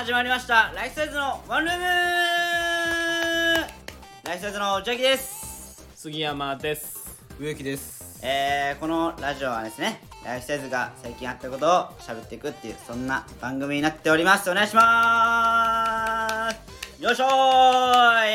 始まりましたライフサイズのワンルーム。ライフサイズのジャキです。 杉山です。 植木です。 このラジオはですね、ライフサイズが最近あったことを喋っていくっていうそんな番組になっております。お願いしまーす。よいしょー。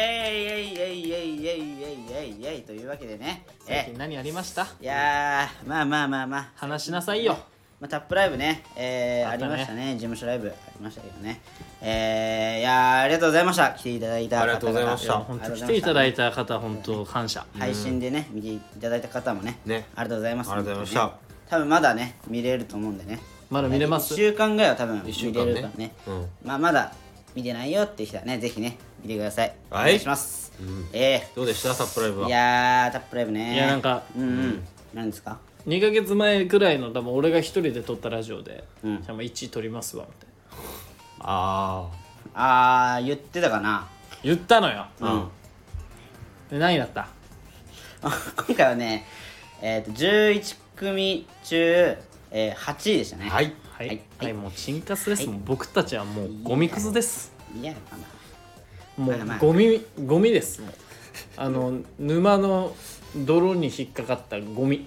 というわけでね、 最近何ありました？ いやー、まあ話しなさいよ。 タップライブね、ありましたね。事務所ライブありましたけどね。いやー、ありがとうございました。来ていただいた方々。 ありがとうございました本当来ていただいた方本当感謝。 配信でね、見ていただいた方もね、 ねありがとうございます。 ありがとうございました本当にね。多分まだね、見れると思うんでね。 まだ見れます 1週間ぐらいは多分見一週間ねれるからね。 うんまだ見てないよって人はね、ぜひね、見てください。おはい願いします。 どうでしたタップライブは？ いやー、タップライブね。 いやなんか何ですか？ 2ヶ月前くらいの多分俺が一人で撮ったラジオで、 うんじゃあ1位撮りますわみたいな言ってたかな。 言ったのよ。 うんで何位だった？ 今回はね、11組中、8位でしたね。 はいはい、はい、もうチンカスです。もう僕たちはもうゴミクズです。 いや、かな。 もうまあゴミです。もう沼の泥に引っかかったゴミ。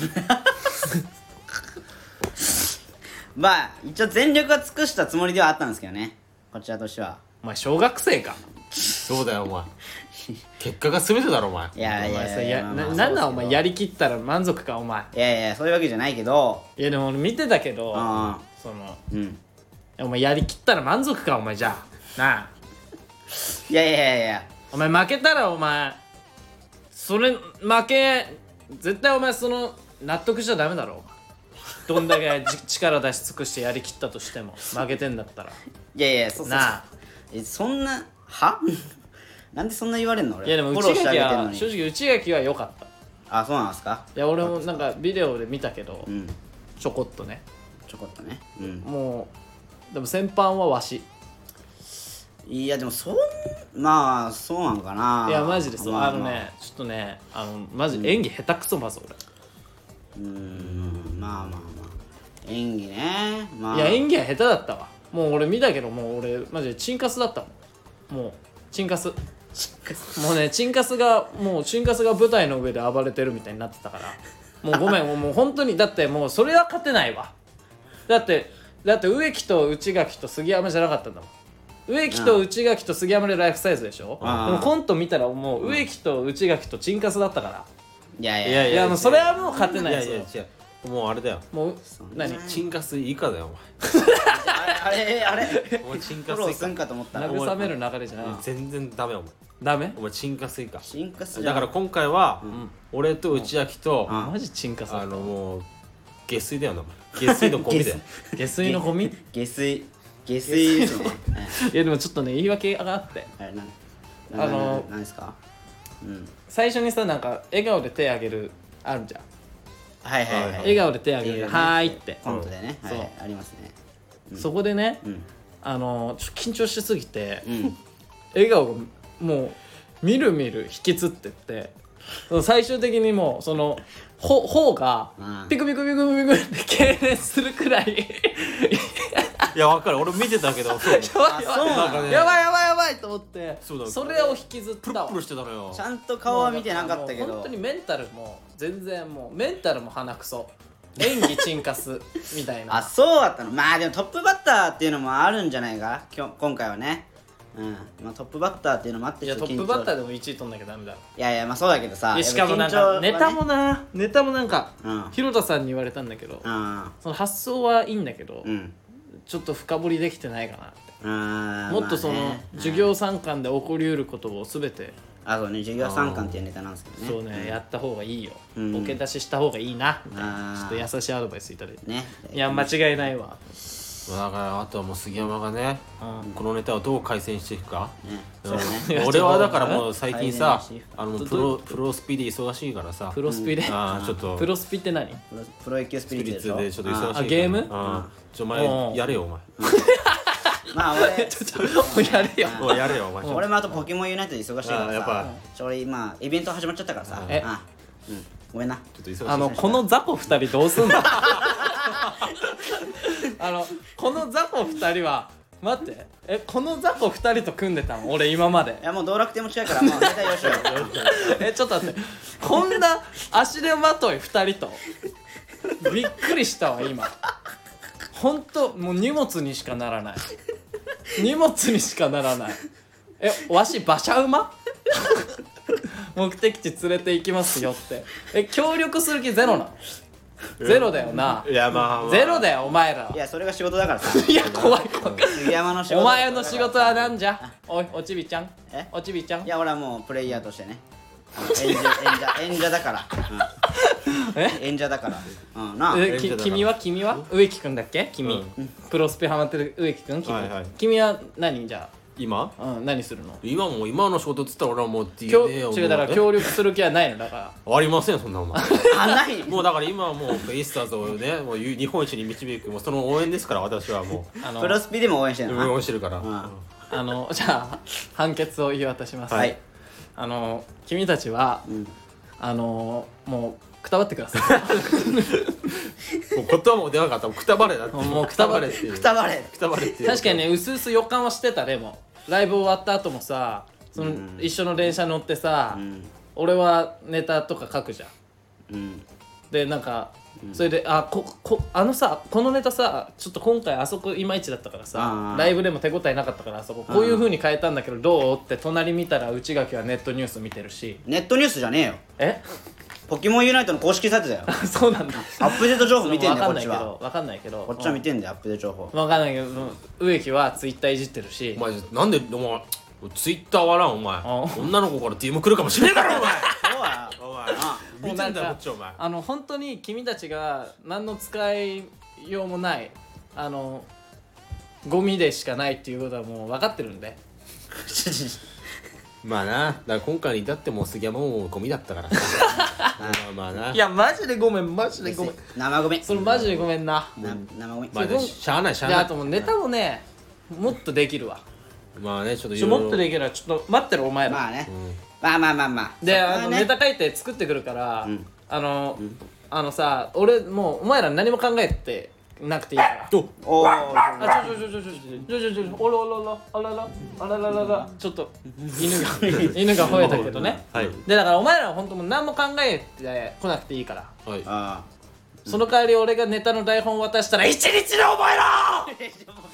まあ一応全力は尽くしたつもりではあったんですけどね、こちらとしては。 お前小学生か？ そうだよお前。結果が全てだろお前。 いやお前さなんそうだお前やりきったら満足かお前。 いやそういうわけじゃないけど。 いやでも俺見てたけど、 あそのうんお前やりきったら満足かお前。じゃあなあいやお前負けたらお前それ負け絶対お前その納得しちゃダメだろお前。どんだけ力出し尽くしてやりきったとしても負けてんだったらいやそうなあ。 そんなはなんでそんな言われんの俺。 いやでもフォローしてあげてんのに。 正直内垣は良かった。 あ、そうなんですか。 いや俺もなんかビデオで見たけど、 うんちょこっとね。 ちょこっとね。うんもうでも先般はわし。 いやでもまあそうなんかな。 いやマジでそう、 まあちょっとねマジ演技下手くそまず俺。 まあ演技ね。まあいや演技は下手だったわ。もう俺見たけどもう俺マジでチンカスだったもん。もうチンカスもうねチンカスが舞台の上で暴れてるみたいになってたからもうごめんもう本当に。だってもうそれは勝てないわ。だって植木と内垣と杉山じゃなかったんだもん。植木と内垣と杉山でライフサイズでしょ。でもコント見たらもう植木と内垣とチンカスだったから。 いやいやもうそれはもう勝てないいやですよ。 違う。もうあれだよ。 もう何チンカス以下だよあれお前。チンフォローすんカス以下。 かと思ったら慰める流れじゃない。 全然ダメお前。 ダメ？ お前チンカス以下。 進化するだから今回は俺と内垣とうんマジチンカスだった。 もう下水だよなお前。下水のゴミだよ。 下水のゴミ？ 下水ですね。 いやでもちょっとね言い訳があってあれなんですか。 最初にさなんか笑顔で手あげるあるじゃん。 はい笑顔で手あげるっていうねはーいって、 コントでね。はそういありますね。 そこでね、 んちょっと緊張しすぎて、 うん笑顔がもうみるみる引きつってって最終的にもうその頬がうんピクピクピクピクって痙攣するくらいいやわかる。俺見てたけど。そう。 やばいなんかねやばいと思ってそうだそれを引きずったわ。 プルプルしてたのよ。 ちゃんと顔は見てなかったけどもう本当にメンタルも全然もうメンタルも鼻くそ演技チンカスみたいな。 あ、そうだったの。まあでもトップバッターっていうのもあるんじゃないか今回はね。まあトップバッターっていうのもあっていやトップバッターでも1位取んなきゃダメだろ。 いやまあそうだけどさ。 いやしかもなんやっぱ緊張はねかネタもなんかうん広田さんに言われたんだけどうんその発想はいいんだけどうんちょっと深掘りできてないかなって。もっとそのまあね授業参観で起こりうることを全てそうね、授業参観っていうネタなんですけどね。 そうねやった方がいいよ。 うんボケ出しした方がいいなみたいなあーちょっと優しいアドバイスいただいて。 ね。 いや間違いないわ。 だからあとはもう杉山がねこのネタをどう改善していくか。 ねうんそうね。 いや俺はだからもう最近さ改善してプロスピで忙しいからさ。 プロスピでちょっとプロスピって何？ プロ野球ススピリッツでしょ。 ピリッツでちょっと忙しいから。 あゲームお前やれよお前。 まあ俺もうやれよ。 おいやれよお前。 俺もあとポケモンユナイトで忙しいからさやっぱ俺今イベント始まっちゃったからさえごめんな。 ちょっと忙しい。 この雑魚2人どうすんのこの雑魚2人は待ってこの雑魚2人と組んでたの俺今までいやもう道楽天も近いからもう絶対よしよちょっと待ってこんな足手まとい2人とびっくりしたわ今ほんともう荷物にしかならない荷物にしかならないわし馬車馬目的地連れて行きますよって協力する気ゼロなのゼロだよないやまあゼロだよお前らはいやそれが仕事だからさいや怖い怖い杉山の仕事お前の仕事はなんじゃおいおちびちゃんえおちびちゃんいや俺はもうプレイヤーとしてね演者だから、演者だからなあ君は植木くんだっけ君、プロスペハマってる植木くん君は何じゃ今何するの今の仕事っつったら俺はもう違うだから協力する気はないのだからありませんそんなお前ないもうだから今はもうベイスターズをねもう日本一に導くもうその応援ですから私はもプロスピでも応援してるの応援してるからじゃあ判決を言い渡しますはい君たちはもうくたばってくださいもう言葉も出なかったもうくたばれだってもうくたばれっていうくたばれくたばれっていう確かにねうすうす予感はしてたでもライブ終わった後もさ一緒の電車乗ってさ俺はネタとか書くじゃんでなんかそれでこのネタさちょっと今回あそこいまいちだったからさライブでも手応えなかったからあそここういう風に変えたんだけどどうって隣見たら内垣はネットニュース見てるしネットニュースじゃねえよポケモンユナイトの公式サイトだよそうなんだアップデート情報見てんだよこっちはわかんないけどこっちは見てんだよアップデート情報わかんないけど植木はツイッターいじってるしお前なんでお前ツイッター笑うお前女の子から DM 来るかもしれねえだろお前そうだよお前見てんだよこっちお前本当に君たちが何の使いようもないゴミでしかないっていうことはもう分かってるんでまあなだから今回に至っても杉山もゴミだったからまあないやマジでごめんマジでごめん生ゴミそれマジでごめんな生ゴミまあねしゃあないしゃあないあともうネタもねもっとできるわまあねちょっともっとできるわちょっと待ってろお前らまあねまあでネタ書いて作ってくるからさ俺もうお前ら何も考えてなくていいからおおおらおらちょっと犬が吠えたけどねでだからお前らは本当もう何も考えてこなくていいからその代わり俺がネタの台本渡したら一日で覚えろ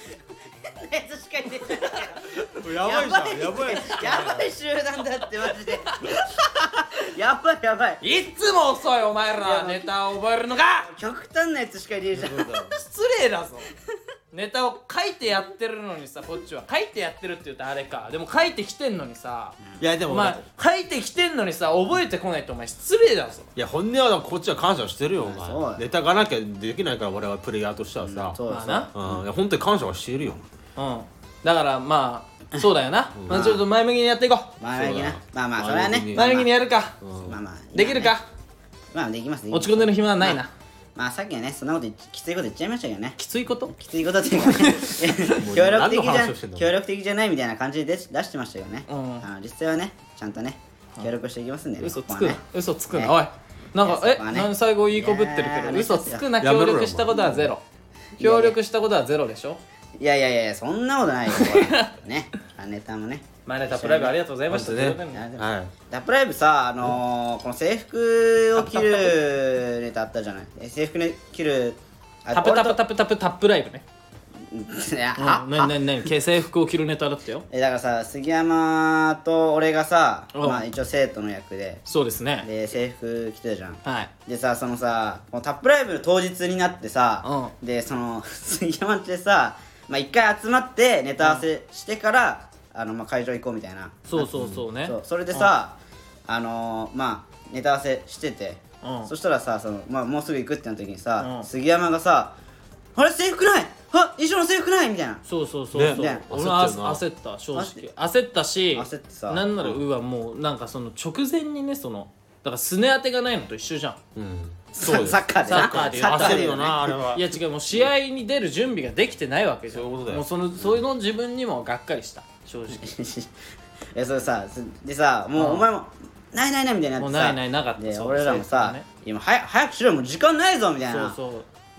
やばいじゃんやばいやばい集団だってマジでやばいいつも遅いお前らネタを覚えるのが極端なやつしかいねえじゃん失礼だぞネタを書いてやってるのにさこっちは書いてやってるって言うとあれかでも書いてきてんのにさいやでもお前書いてきてんのにさ覚えてこないとお前失礼だぞいや本音はこっちは感謝してるよおそうだよ前ネタがなきゃできないから我々プレイヤーとしてはさそうまあないや本当に感謝はしているよだからまあそうだよなまあちょっと前向きにやっていこう前向きなまあそれはね前向きにやるかまあできるかまあできます落ち込んでる暇はないなまあさっきはねそんなこときついこと言っちゃいましたけどねきついこときついことっていうかね何の話をしてんの協力的じゃないみたいな感じで出してましたけどね実際はねちゃんとね協力していきますんでね嘘つくな嘘つくねなおいなんかそこはねなん最後いいこぶってるけどいやー嘘つくなやめろよ協力したことはゼロ協力したことはゼロでしょいやそんなことないよねネタもね前ネタプライブありがとうございましたねということではいタップライブさこの制服を着るネタあったじゃない制服ね着るタプタプタプタプタップライブねいや何制服を着るネタだったよだからさ杉山と俺がさうんまあ一応生徒の役でそうですねで制服着てたじゃんはいでさこのタップライブの当日になってさで杉山ってさまあ一回集まってネタ合わせしてからまあ会場行こうみたいなそうねそれでさまあネタ合わせしててそしたらさまあもうすぐ行くってなった時にさ杉山がさあれ制服ない衣装の制服ないみたいなそうね俺は焦った正直焦ったし焦ってさなんならもうなんかその直前にねだからすね当てがないのと一緒じゃんサッカーでなサッカーで焦るよなあれはいや違うもう試合に出る準備ができてないわけじゃんそういうことだよもうそういうの自分にもがっかりした正直それさでさもうお前もないみたいになってさもうないなかったでそう俺らもさそう今早くしろよもう時間ないぞみたいなそう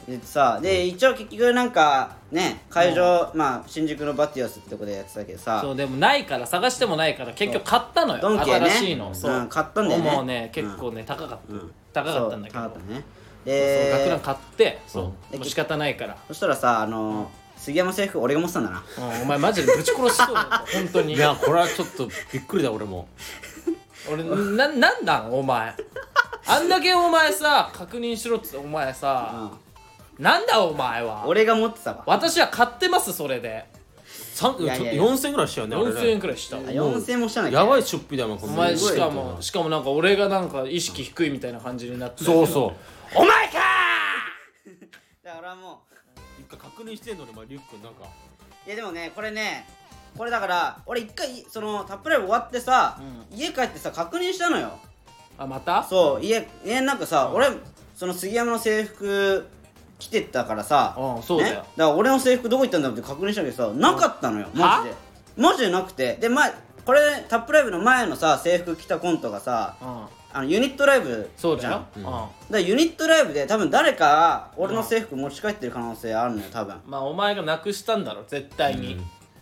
でさで一応結局なんかね会場、まあ新宿のバティオスってとこでやってたけどさ、 そうでもないから探してもないから結局買ったのよ、 ドンキでね新しいの。そう、 うん買ったんだよねもうね結構ね高かった、高かったんだけど、 そう高かったねそうで学ラン買ってそうでもう仕方ないから、 そしたらさ杉山制服俺が持ってたんだな。 お前マジでぶち殺しそうだった本当に。 いやこれはちょっとびっくりだ俺も。 俺なんなんお前あんだけお前さ確認しろっつってお前さ、なんだお前は。 俺が持ってたわ。 私は買ってますそれでいやいやいや 4000円ぐらいしたよねあれね。 4000円くらいした。 4000円もしたんだっけ。 やばい出費だもんこおんな前しかすごいもなんか俺がなんか意識低いみたいな感じになってそうそうお前かだからも一回確認してんのにお前リュックなんかういやでもねこれだから俺一回そのタップライブ終わってさ、家帰ってさ確認したのよ。 あまたそう家なんかさ、俺その杉山の制服着てったからさ、 そうだよ、 ね、だから俺の制服どこ行ったんだろうって確認したけどさ、なかったのよマジでなくて。でこれタップライブの前のさ制服着たコントがさ、ユニットライブじゃん。 そうだよ、 だからユニットライブで多分誰か俺の制服持ち帰ってる可能性あるのよ多分。 まあお前がなくしたんだろ絶対に、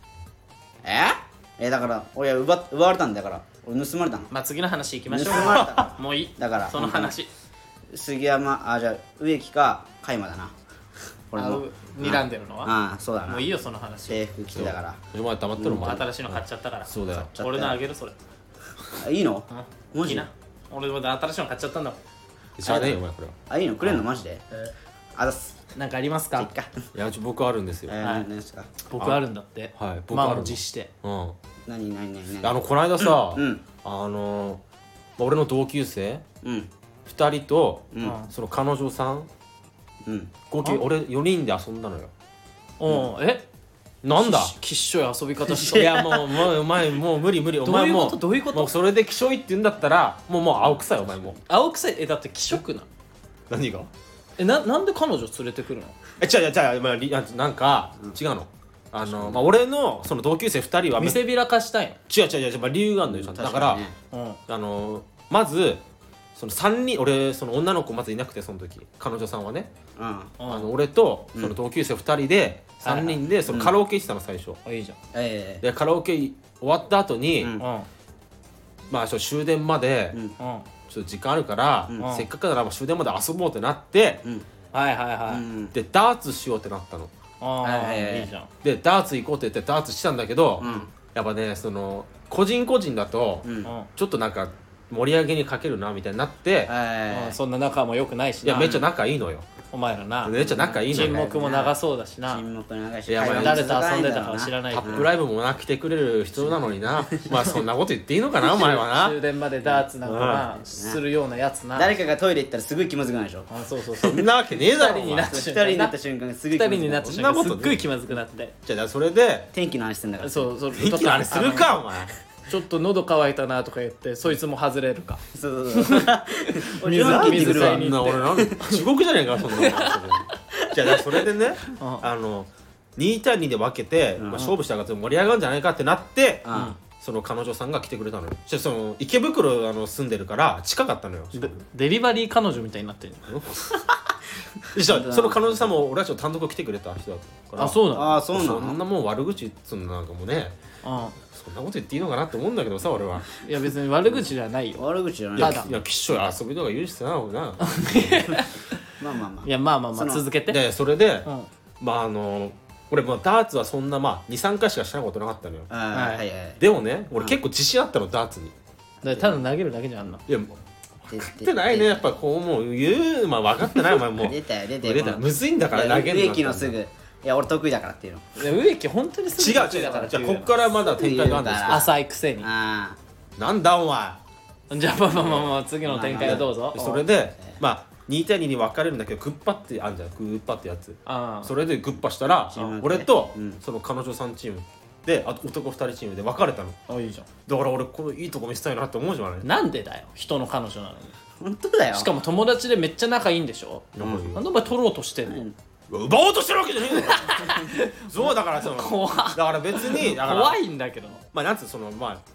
だから俺は奪われたんだから俺盗まれたの。 まあ次の話行きましょう。 盗まれたかもういいだからその話。 杉山じゃあ植木か海馬だな。俺も睨んでるのはそうだな。 もういいよその話。 制服着てたからお前黙ってるお前新しいの買っちゃったから。 そうだよちゃったよ俺のあげるそれ。 いいのマジいいな。俺も新しいの買っちゃったんだもん。 しゃあねえよお前これは。 いいのくれんのマジで。あざっす。 なんかありますか。 いっか。 いや僕あるんですよ。 何ですか。 僕あるんだって。 はい僕あるの満を持して。 何この間さうん俺の同級生うん 2人とうんその彼女さんうん合計俺4人で遊んだのよ。なんだきっしょい遊び方した。 いやもうお前もう無理お前もどういうこともうそれできしょいって言うんだったらもう青臭いお前も青臭いだって気色な。 何がなんで彼女連れてくるの。 違うなんか違うの俺のその同級生2人は見せびらかしたい違う理由があるのよちゃんとだからの。 まずその3人俺その女の子まずいなくてその時彼女さんはね俺とその同級生2人で3人でそのカラオケ行ってたの最初いいじゃん。 でカラオケ終わった後にまあ終電までちょっと時間あるからせっかくなら終電まで遊ぼうってなってはいでダーツしようってなったのいいじゃん。 でダーツ行こうって言ってダーツしたんだけどやっぱねその個人だとちょっとなんか盛り上げにかけるなみたいになってそんな仲も良くないしな。 いやめっちゃ仲いいのよお前らな。 めっちゃ仲いいのよ沈黙も長そうだしな。 沈黙長いしいや誰と遊んでたかは知らないタップライブもな来てくれる人なのになまあそんなこと言っていいのかなお前はな終電までダーツなんかなするようなやつな。 誰かがトイレ行ったらすごい気まずくないでしょ。 そうそんなわけねえだろ二人になった二人になった瞬間すごい気まずく二人になった瞬間すっごい気まずくなってじゃあそれで天気の話してんだから。 そう天気の話するかお前ちょっと喉乾いたなとか言ってそいつも外れるか。 そう水水買いに行って俺なん地獄じゃねえかそんなのじゃあそれでね2対2で分けて勝負したら盛り上がるんじゃないかってなってその彼女さんが来てくれたのよ。その池袋住んでるから近かったのよ。 デリバリー彼女みたいになってるその彼女さんも俺たちを単独来てくれた人だったからそうなの。 そうなの。 そんなもう悪口つんのなんかもうねそんなこと言っていいのかなって思うんだけどさ俺はいや別に悪口じゃないよ。 悪口じゃない。 いやきっしょい遊びとか言うしさ俺なまあいやまあ続けて。 でそれで俺もダーツはそんな23回しかしたことなかったのよ。でもね俺結構自信あったのダーツに。 ただ投げるだけじゃんの。 いや分かってないねやっぱこうもう言う分かってないお前もう出たよむずいんだから投げるの植木のすぐいや俺得意だからっていうの。 植木本当にすぐ違うじゃあこっからまだ展開があるんですけど浅いくせに。 なんだお前じゃあまあ次の展開をどうぞ。 それで2対2に分かれるんだけどグッパってあるじゃんグッパってやつそれでグッパしたら俺とその彼女さんチームであと男2人チームで分かれたの。 いいじゃん。 だから俺このいいとこ見せたいなって思うじゃない。 なんでだよ人の彼女なのに。 本当だよ。 しかも友達でめっちゃ仲いいんでしょ。なんでお前取ろうとしてんの。 奪おうとしてるわけじゃねえのそうだからその怖っだから別に怖いんだけど。 なんつうその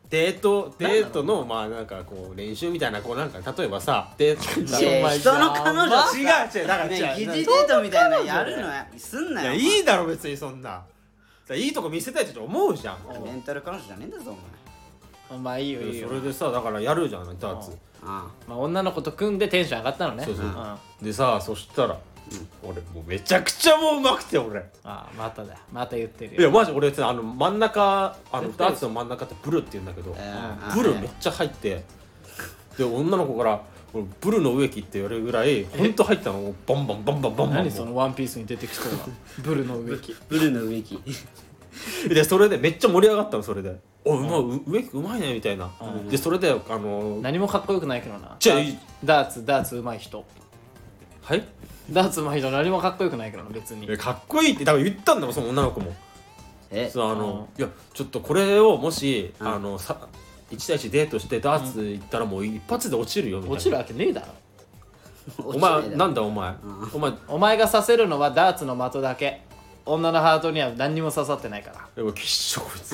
デートのまあなんかこう練習みたいなこうなんか例えばさデートいやいや人の彼女さ違うだからね違う疑似デートみたいなのやるのやすんないよやいいだろ別にそんな。いいとこ見せたいって思うじゃん。 メンタル彼女じゃねえんだぞまあいいよいいよそれでさだからやるじゃんダーツ。 お前まあ女の子と組んでテンション上がったのねそうそううんあでさそしたら俺もうめちゃくちゃもううまくて俺。 まただよまた言ってるいやよマジ俺真ん中ダーツの真ん中ってブルって言うんだけどブルめっちゃ入ってで女の子から俺ブルの植木って言われるぐらいほんと入ったのバンバンバンバンバンバン何そのワンピースに出てきそうなブルの植木ブルーの植木でそれでめっちゃ盛り上がったのそれでおうまい植木うまいねみたいなでそれで何もかっこよくないけどなじゃあダーツ上手い人はいダーツ上手い人何もかっこよくないけどな別にかっこいいってだから言ったんだもんその女の子もそういやちょっとこれをもし1対1デートしてダーツ行ったらもう一発で落ちるよみたいな落ちるわけねえだろお前なんだお前お前が刺せるのはダーツの的だけ女のハートには何にも刺さってないからやっぱきっしょこいつ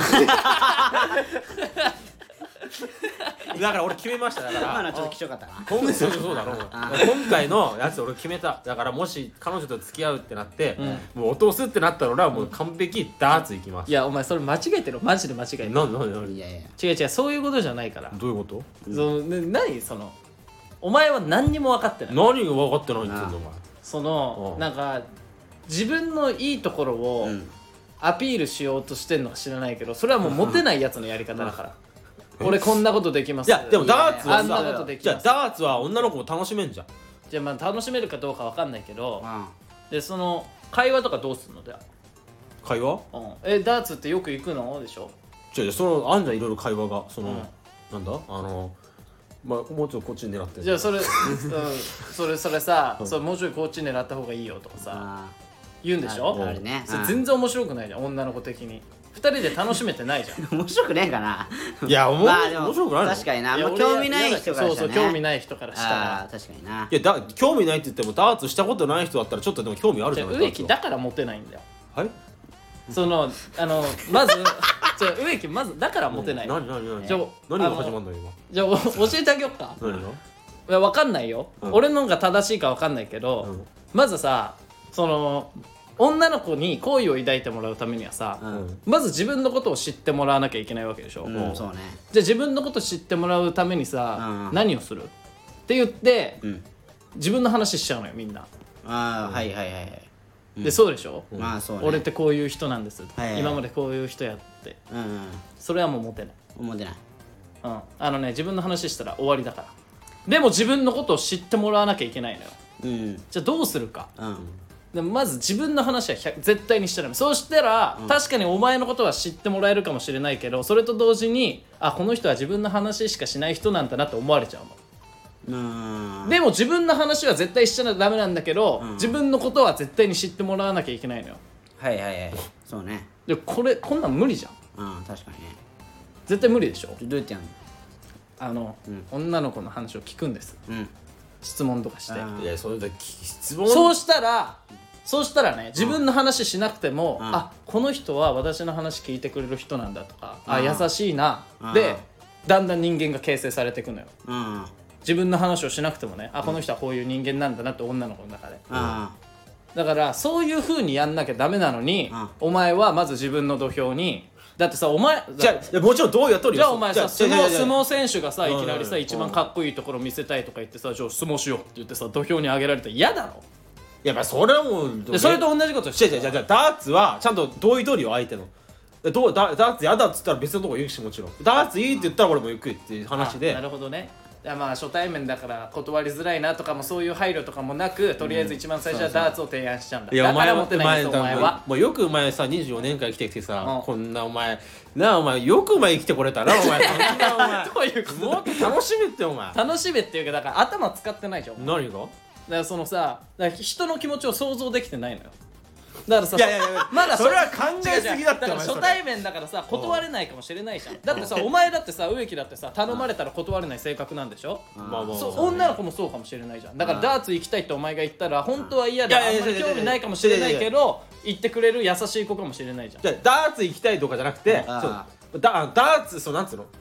だから俺決めましただから今のはちょっと貴重かったなそうだろ今回のやつ俺決めただからもし彼女と付き合うってなってもう落とすってなったら俺はもう完璧ダーツ行きますいやお前それ間違えてるマジで間違えてる何いやいや違うそういうことじゃないからどういうこと何そのお前は何にも分かってない何が分かってないって言うんだお前そのなんか自分のいいところをアピールしようとしてんのか知らないけどそれはもうモテないやつのやり方だから俺こんなことできますいやでもダーツはあんなことさできますじゃあダーツは女の子も楽しめんじゃんじゃあまあ楽しめるかどうか分かんないけどでその会話とかどうすんのだよ会話ダーツってよく行くのでしょじゃそのあんじゃんいろいろ会話がそのなんだまあもうちょっとこっちに狙ってじゃあそれそれさそれもうちょいこっち狙った方がいいよとかさ言うんでしょあれねそれ全然面白くないじゃん女の子的に2人で楽しめてないじゃん面白くねえかないや面でも白くないの確かにな興味ない人からしたらねそう興味ない人からしたら確かにないや興味ないって言ってもダーツしたことない人だったらちょっとでも興味あるじゃない植木だからモテないんだよはいそのまず植木まずだからモテない何じゃあ何が始まんの今じゃあ教えてあげよっか何がいや分かんないよ俺のが正しいか分かんないけどまずさその女の子に好意を抱いてもらうためにはさまず自分のことを知ってもらわなきゃいけないわけでしょそうねじゃあ自分のこと知ってもらうためにさ何をするって言って自分の話しちゃうのよみんなはいでそうでしょまあそうね俺ってこういう人なんですはい今までこういう人やってうんそれはもうモテない思ってない自分の話したら終わりだからでも自分のことを知ってもらわなきゃいけないのよじゃあどうするかでもまず自分の話は絶対にしちゃダメそうしたら確かにお前のことは知ってもらえるかもしれないけどそれと同時にこの人は自分の話しかしない人なんだなって思われちゃうのでも自分の話は絶対しちゃダメなんだけど自分のことは絶対に知ってもらわなきゃいけないのよはいそうねでこんなん無理じゃん確かにね絶対無理でしょどうやってやんの女の子の話を聞くんです質問とかしていやそれで質問そうしたらね自分の話しなくてもこの人は私の話聞いてくれる人なんだとか優しいなでだんだん人間が形成されていくのよ自分の話をしなくてもねこの人はこういう人間なんだなって女の子の中でだからそういう風にやんなきゃダメなのにお前はまず自分の土俵にだってさお前じゃあもちろんどうやっとるよじゃあお前さ相撲選手がさいきなりさ一番かっこいいところ見せたいとか言ってさじゃあ相撲しようって言ってさ土俵に上げられたら嫌だろいやまあそれはもうでそれと同じことしてじゃあダーツはちゃんと同意取りよ相手のダーツ嫌だっつったら別のとこ行くしもちろんダーツいいって言ったら俺も行くっていう話でなるほどねまあ初対面だから断りづらいなとかもそういう配慮とかもなくとりあえず一番最初はダーツを提案しちゃうんだだからモテないんですお前はもうよくお前さ24年間生きてきてさこんなお前よくお前生きてこれたなお前どういうこともっと楽しめってお前楽しめっていうかだから頭使ってないじゃん何がだからそのさ人の気持ちを想像できてないのよだからさいやまだそれは考えすぎだったから初対面だからさ断れないかもしれないじゃんだってさお前だってさ植木だってさ頼まれたら断れない性格なんでしょ女の子もそうかもしれないじゃんだからダーツ行きたいってお前が言ったら本当は嫌であんまり興味ないかもしれないけど言ってくれる優しい子かもしれないじゃんじゃあダーツ行きたいとかじゃなくてダーツなんつうの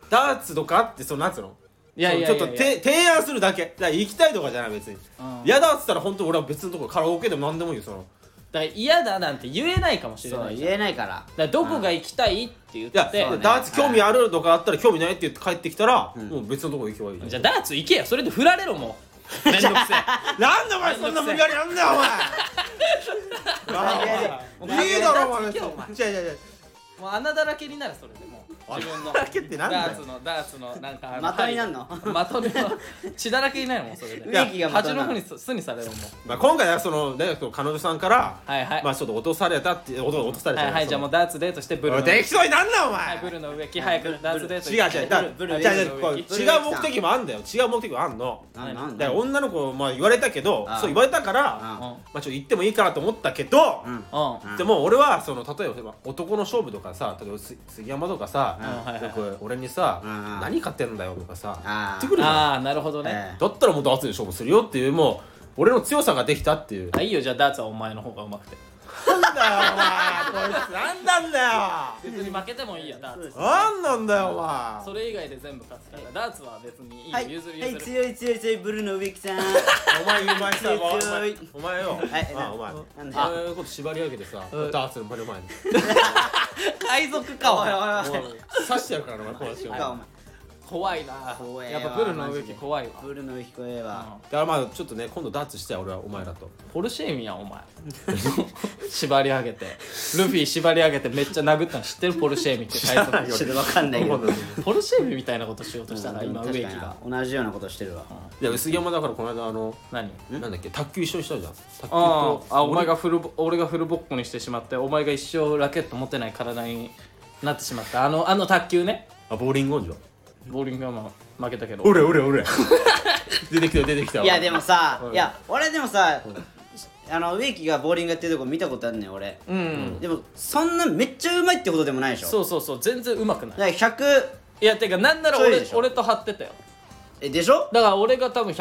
ダーツとかってなんつうの、 いやいやいやいやちょっと提案するだけだから、行きたいとかじゃない別に、嫌だっつったら本当俺は別のところカラオケでも何でもいいよだから嫌だなんて言えないかもしれそうないじゃん。 言えないからだからどこが行きたいって言っていや、 そうねダーツ興味あるとかあったら興味ないって言って帰ってきたら、もう別のとこ行けばいいじゃあダーツ行けよ。それで振られろもう。めんどくせえ。 なんでお前そんな無理やりやんだよお前いいだろお前違う違う違うもう穴だらけになるそれでもう自分の穴だらけってなんだよダーツのなんか的になんの的の血だらけになるもんそれで。 植木が的端のなの方に巣にされるもん。 まあ今回は彼女さんからはいはいまあちょっと落とされたって落とされたはいはいじゃあもうダーツデートしてブルの適当になんだおはいブ前ルの植木早くダーツデート違う違うブル違う違う目的もあんだよ違う目的もあんのなんだから女の子まあ言われたけどああそう言われたからあまあちょっと言ってもいいかなと思ったけどうんでも俺は例えば男の勝負とかさ例えば杉山とかさはいはいよく俺にさうん何買ってんだよとかさあ言ってくるじゃんああなるほどね。 だったらもっと圧で勝負するよっていうもう俺の強さができたっていうあいいよじゃあダーツはお前の方がうまくて。 なんだよお前こいつなんなんだよ別に負けてもいいやダーツ。 なんなんだよお前それ以外で全部勝つからダーツは別にいいよはい譲るはい譲る。 強い強い強いブルーの植木さんお前さ強いお前よはいお前なんでああいうこと縛り上げてさうんダーツの前に海賊かお前。 おいおいおいもう刺してやるからなお前この人かお前怖いな。 怖えわやっぱブルの植木怖いわ。 ブルーの植木怖えわだからまあちょっとね今度ダーツして俺はお前らとポルシェーミやんお前。縛り上げてルフィ縛り上げてめっちゃ殴ったの知ってるポルシェーミって海賊。 ちょっとわかんないけどポルシェーミみたいなことしようとしたら今植木確かが。 に同じようなことしてるわいや薄山だからこの間何？ なんだっけ卓球一緒にしたじゃん卓球あとお前が俺がフルボッコにしてしまってお前が一生ラケット持てない体になってしまったあの卓球ね。 ボーリングオンじゃんボーリングはまあ負けたけど俺出てきたいやでもさうんいや俺でもさ植木がボーリングやってるとこ見たことあるねん俺うんでもそんなめっちゃうまいってことでもないでしょそう全然うまくない。 だから100 いやてかなんならちょいでしょ俺と張ってたよ。 でしょだから俺が多分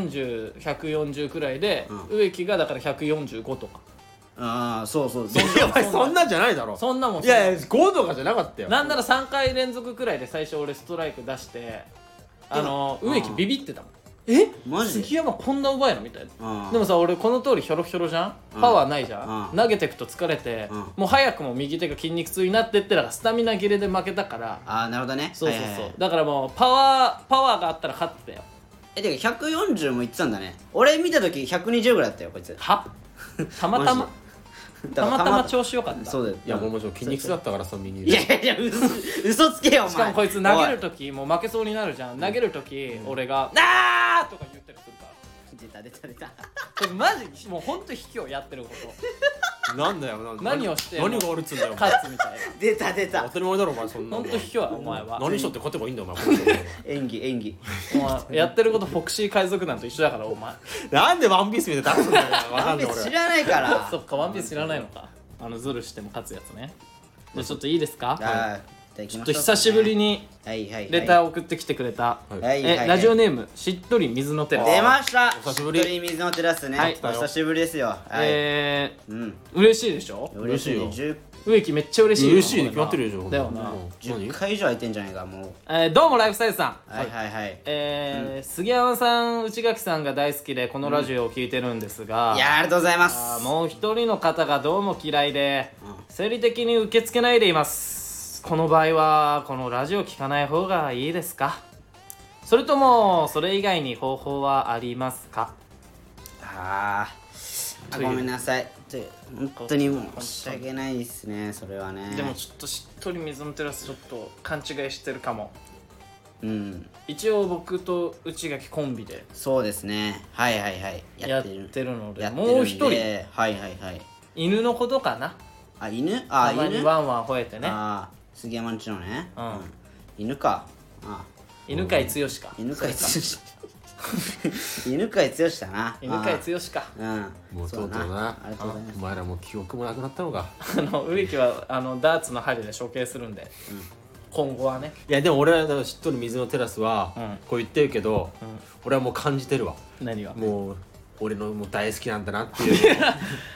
130140くらいで、植木がだから145とかああそういやお前そんなんじゃないだろそんなもんいやいや5とかじゃなかったよなんなら3回連続くらいで最初俺ストライク出して植木ビビってたもん。 マジで杉山こんなうまいのみたいな。 うんでもさ俺この通りひょろひょろじゃんパワーないじゃんうん投げてくと疲れてうんもう早くも右手が筋肉痛になってってだからスタミナ切れで負けたからああなるほどねそうそうはいはいはいそうだからもうパワーがあったら勝ってたよ。 てか140もいってたんだね俺見た時120ぐらいだったよこいつはたまたまたまたま調子よかった。 そうだよいやもうもちろん筋肉痛だったからさ右いやいやいや嘘つけよお前しかもこいつ投げる時もう負けそうになるじゃん投げる時俺が「なー!」とか言ったりするから出たこれマジもうほんと卑怯やってることなんだよ何をして何が悪っつうんだよお前勝つみたいな出た当たり前だろお前そんなほんと卑怯やお前は何しとって勝てばいいんだよお前この人演技お前やってることフォクシー海賊団と一緒だからお前なんでワンピース見て出すんだよわかんない俺知らないからそっかワンピース知らないのかズルしても勝つやつね。じゃあちょっといいですか。 あーちょっと久しぶりにはいはいはいレターを送ってきてくれたはいはいはいラジオネームしっとり水のテラス。 出ましたお久しぶり一人水のテラスねはいお久しぶりですよはいうん嬉しいでしょ。 嬉しい嬉しいよ植木めっちゃ嬉しいよ。 嬉しいに決まってるでしょだよな。 10回以上空いてんじゃないかもどうもライフスタイルさん。 うはいはいはい杉山さん内垣さんが大好きでこのラジオを聞いてるんですが、 いやありがとうございますもう一人の方がどうも嫌いで、生理的に受け付けないでいます。この場合はこのラジオ聞かない方がいいですか、それともそれ以外に方法はありますか。 ごめんなさい本当に申し訳ないですねそれはねでもちょっとしっとり水のテラスちょっと勘違いしてるかも。 うん一応僕と内垣コンビでそうですねはいはいはいやってるのでやってるんでもう一人はいはいはい犬のことかな。 犬たまに犬ワンワン吠えてね。 杉山んちのねうん犬か犬飼剛か。 犬飼剛犬飼剛だな犬飼剛か。 うんもうとうとうそうなありがとうございますお前らもう記憶もなくなったのか植木はダーツの針で処刑するんで、今後はね。 いやでも俺はだからしっとり水のテラスはうんこう言ってるけど俺はもう感じてるわ何がもう俺のもう大好きなんだなっていう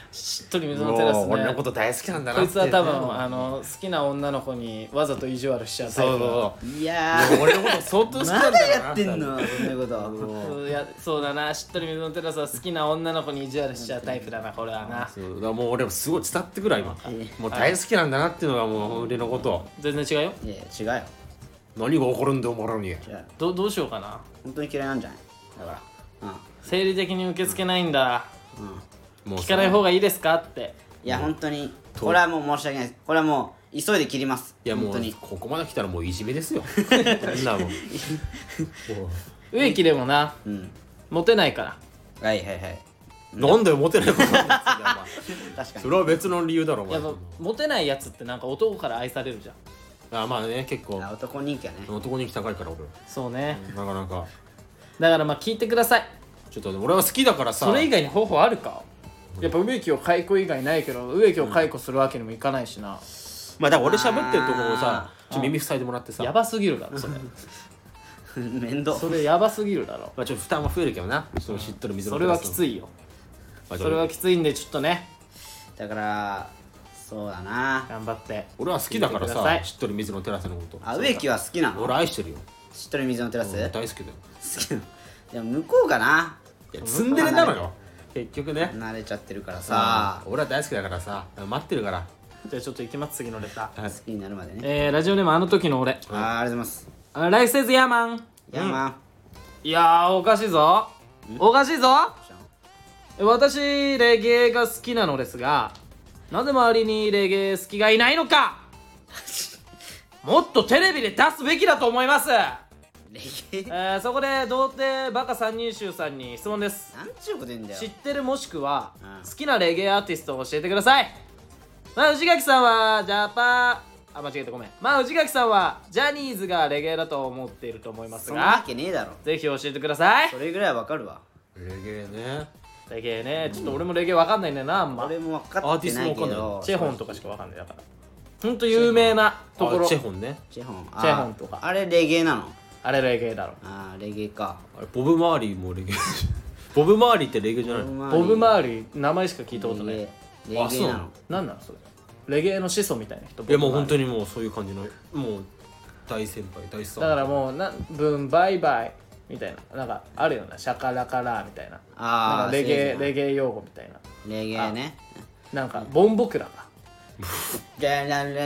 しっとり水のテラス俺のね。 こと大好きなんだなってこいつは多分好きな女の子にわざと意地悪しちゃうタイプ。 いやもう俺のこと相当好きまだなんだよなやってんのそんなことそういやそうだな、しっとり水のテラスは好きな女の子に意地悪しちゃうタイプだな、これはな。 そうだからもう俺もすごい伝わってくるわ今もう大好きなんだなっていうのがもう俺のこと全然違うよ。 いや違うよ何が起こるんだよお前らに違うどうしようかな。 本当に嫌いなんじゃないだから生理的に受け付けないんだ、 もう聞かない方がいいですかって。 いや本当にこれはもう申し訳ないですこれはもう急いで切りますいやもう本当にここまで来たらもういじめですよそんなもん植木でもな、モテないから。 はいはいはいなんだよモテないことなんですよお前確かにそれは別の理由だろお前やっぱモテないやつってなんか男から愛されるじゃん。 あまあね結構あ男人気はね男人気高いから俺そうね、 なかなかだからまあ聞いてください。 ちょっと俺は好きだからさそれ以外に方法あるか。やっぱ植木を解雇以外ないけど、植木を解雇するわけにもいかないしな。 まあだから俺喋ってるところをさちょっと耳塞いでもらってさやばすぎるだろそれ面倒それやばすぎるだろ。 まあちょっと負担は増えるけどなそのしっとり水のそれはきついいよ。それはきついんでちょっとねだからそうだな頑張って俺は好きだから聞いてくださいさしっとり水のテラスのことあ植木は好きなの俺愛してるよしっとり水のテラス大好好きだよきなのでも向こうかないやツンデレなのよ結局ね慣れちゃってるからさ俺は大好きだからさ待ってるからじゃあちょっと行きます次のレター。 好きになるまでねラジオネームあの時の俺。 ありがとうございますライフセイズヤーマン。 いやまあいやーおかしいぞおかしいぞ。私レゲエが好きなのですが、なぜ周りにレゲエ好きがいないのかもっとテレビで出すべきだと思います。 レゲエそこで童貞バカ三人衆さんに質問です。 なんちゅうこと言うんだよ知ってるもしくは、 うん好きなレゲエアーティストを教えてください。内垣さんはジャパ間違えたごめん。内垣さんはジャニーズがレゲエだと思っていると思いますそんなわが、 けねえだろぜひ教えてください。 それぐらいはわかるわレゲエねレゲエね、ちょっと俺もレゲエわかんないんだよな、あんま。 俺も分かってないけアーティストもわかんどチェホンとかしかわかんないだから。ほんと有名なところ。 チェホンねチェホンチェホンとかあれレゲエなのあれレゲエだろ。 あーレゲエかあれボブ・マーリーもレゲエボブ・マーリーってレゲエじゃないのボブ・マーリー、名前しか聞いたことない。 レゲエあそうなのなんなのそれ。レゲエの始祖みたいな人。 いやもう本当に。 にもうそういう感じのもう大先輩大スターだからもう、ブンバイバイみたいな。なんかあるよな、シャカラカラーみたいな。なんああかレゲエ用語みたいな。 レゲエねなんかボンボクラか。 みたいなや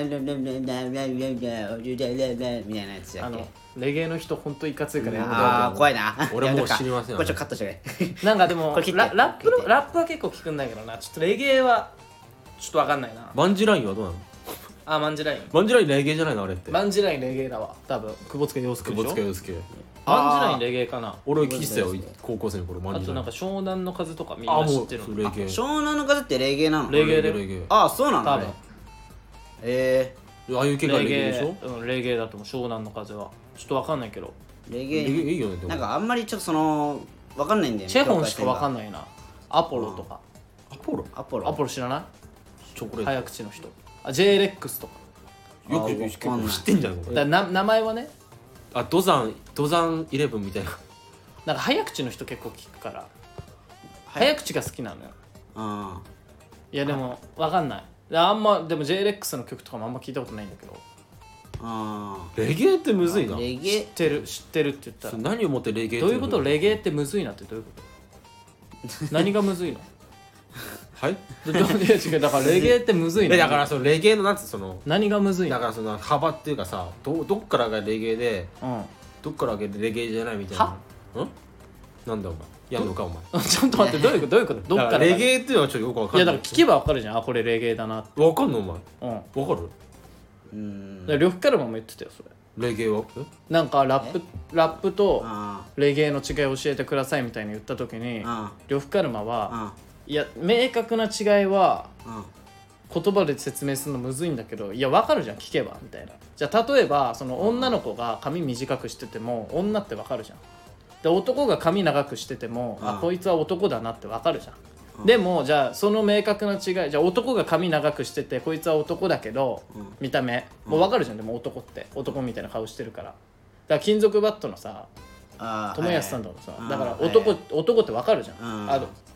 つやっけレゲエの人ほんといかついからやめて。 ああ怖いな俺もうやめとくか知りませんこれちょっとカットしてくれなんかでもこれ切ってラップ切ってラップは結構聞くんだけどな。ちょっとレゲエはちょっとわかんないな。 バンジーラインはどうなのあ、マンジライン。 バンジーラインレゲエじゃないのあれってマンジラインレゲエだわ。多分久保塚洋介でしょ。 久保塚洋介マンジラインレゲエかな。 俺聞いてたよ高校生の頃バンあとなんジーラインか湘南の風とかみんあもうな知ってるの。 レゲエ湘南の風ってレゲエなのレゲエでレゲエああそうなの多分ああいう系がレゲエでしょレゲエだと思う。湘南の風はちょっとわかんないけど、 レゲレゲエエいいよねでもなんかあんまりちょっとそのわかんないんだよねチェホンしかわかんないないな。アポロとか。 アポロアポロアポロ知らない？ チョコレー早口の人。あ、J レックスとか。 トよくあ結わかんない構知ってんじゃんこれ名前はね、 ドザンイレブンみたいななんか早口の人結構聞くから早口が好きなのよ。 あいやでもわかんない。あんまでも J レックスの曲とかもあんま聞いたことないんだけど。 あレゲエってむずいなレゲエ知ってるって言ったら。 何をもってレゲエってどういうこと？レゲエってむずいなってどういうこと何がむずいの？ はいいや違う、だからレゲエってむずいの。 だからそのレゲエのなんつうその何がむずいの？ だからその幅っていうかさどっからがレゲエでうんどっからがレゲエじゃないみたいなうんなんだお前やんのかお前ちょっと待って、どういうことどっからがレゲエっていうのはちょっとよくわかんないいやだから聞けばわかるじゃん。あ、これレゲエだなって。 わかんのお前うん。 わかるうん呂布カルマも言ってたよそれ。 レゲエはなんかラップとあレゲエの違いを教えてくださいみたいに言った時にあ呂布カルマはあいや明確な違いはあ言葉で説明するのむずいんだけど、いやわかるじゃん聞けばみたいな。じゃあ例えばその女の子が髪短くしてても女ってわかるじゃん。で男が髪長くしててもあこいつは男だなってわかるじゃん。でもじゃあその明確な違い、じゃあ男が髪長くしててこいつは男だけど、見た目もうわかるじゃん。でも男って男みたいな顔してるから。だから金属バットのさあ友安さんとかさ、 はいだからはい男ってわかるじゃん。 うんあ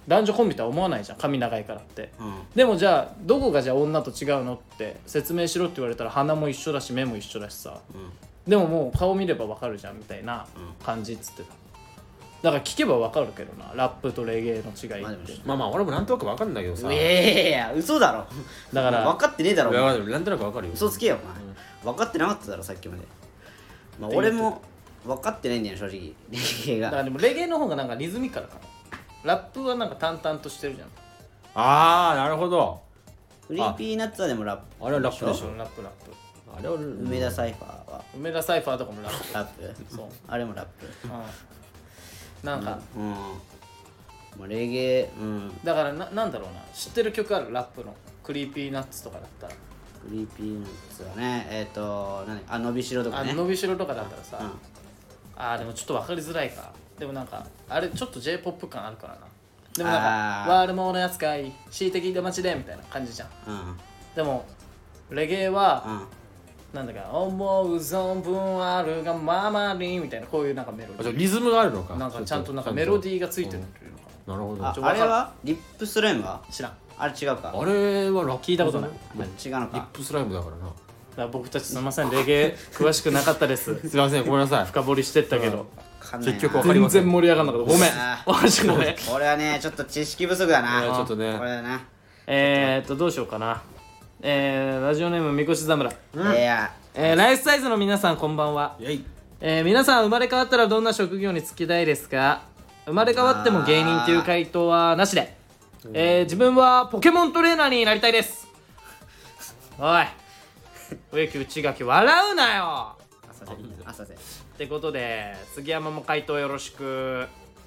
男女コンビとは思わないじゃん、髪長いからって、 うんでもじゃあどこがじゃあ女と違うのって説明しろって言われたら鼻も一緒だし目も一緒だしさ、でももう顔見ればわかるじゃんみたいな感じっつってた。だから聞けばわかるけどな、ラップとレゲエの違いまあでもって。 まあまあ俺もなんとなく分かるんだけどさ、 いや嘘だろ。 だから分かってねえだろお前。 なんとなく分かるよ。 嘘つけよお前、分かってなかっただろさっきまで。まあ俺も分かってないんだよ正直レゲエが。 だからでもレゲエの方がなんかリズミカルかな。ラップはなんか淡々としてるじゃん。 ああなるほど。 クリーピーナッツはでもラップ。 あれはラップでしょ。 ラップラップ。 あれは梅田サイファーは梅田サイファーとかもラップ。 ラップ。 そう。 あれもラップ。 なんか、 まあレゲエだからなんだろうな、知ってる曲あるラップの。クリーピーナッツとかだったら。 クリーピーナッツはね伸びしろとかね。 伸びしろとかだったらさ、 うんでもちょっと分かりづらいか。でもなんかあれちょっと J-POP 感あるからな。でもなんかワールモーのやつかい恣意的で待ちでみたいな感じじゃん。でもレゲエは、なんだか思う存分あるがままにみたいな、こういうなんかメロディー、 リズムがあるのか。 なんかちゃんとなんかメロディーがついてるのかなるほど。 あれはリップスライムはな。知らん。 あれ違うか。 あれはラップ聞いたことない。 違うのリッか。 プスライムだからな。 だから僕たちすみません、レゲエ詳しくなかったですすいませんごめんなさい。 深掘りしてったけど、 結局わかり全ません。 然盛り上がんなかった。ごめんあマジごめん。 これはねちょっと知識不足だな。 ちょっとねこれだな。 どうしようかな。ラジオネームみこし侍。 いやライフサイズの皆さんこんばんは。 イェイ。 皆さん生まれ変わったらどんな職業に就きたいですか？生まれ変わっても芸人っていう回答はなしで、自分はポケモントレーナーになりたいです。おい植木内垣笑うなよ。 浅瀬ってことで杉山も回答よろしく。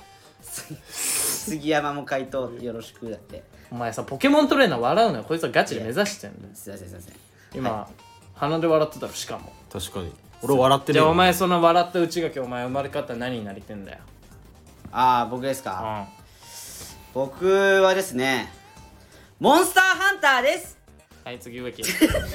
杉山も回答よろしくだって。 お前さポケモントレーナー笑うなよ。こいつはガチで目指してんだよ。 すいませんすいません。 今、鼻で笑ってたろ。しかも確かに。俺笑ってるじゃあよ。 お前その笑った内垣お前生まれ変わったら何になりてんだよ。 ああ僕ですか。僕はですねモンスターハンターです。 はい次植木。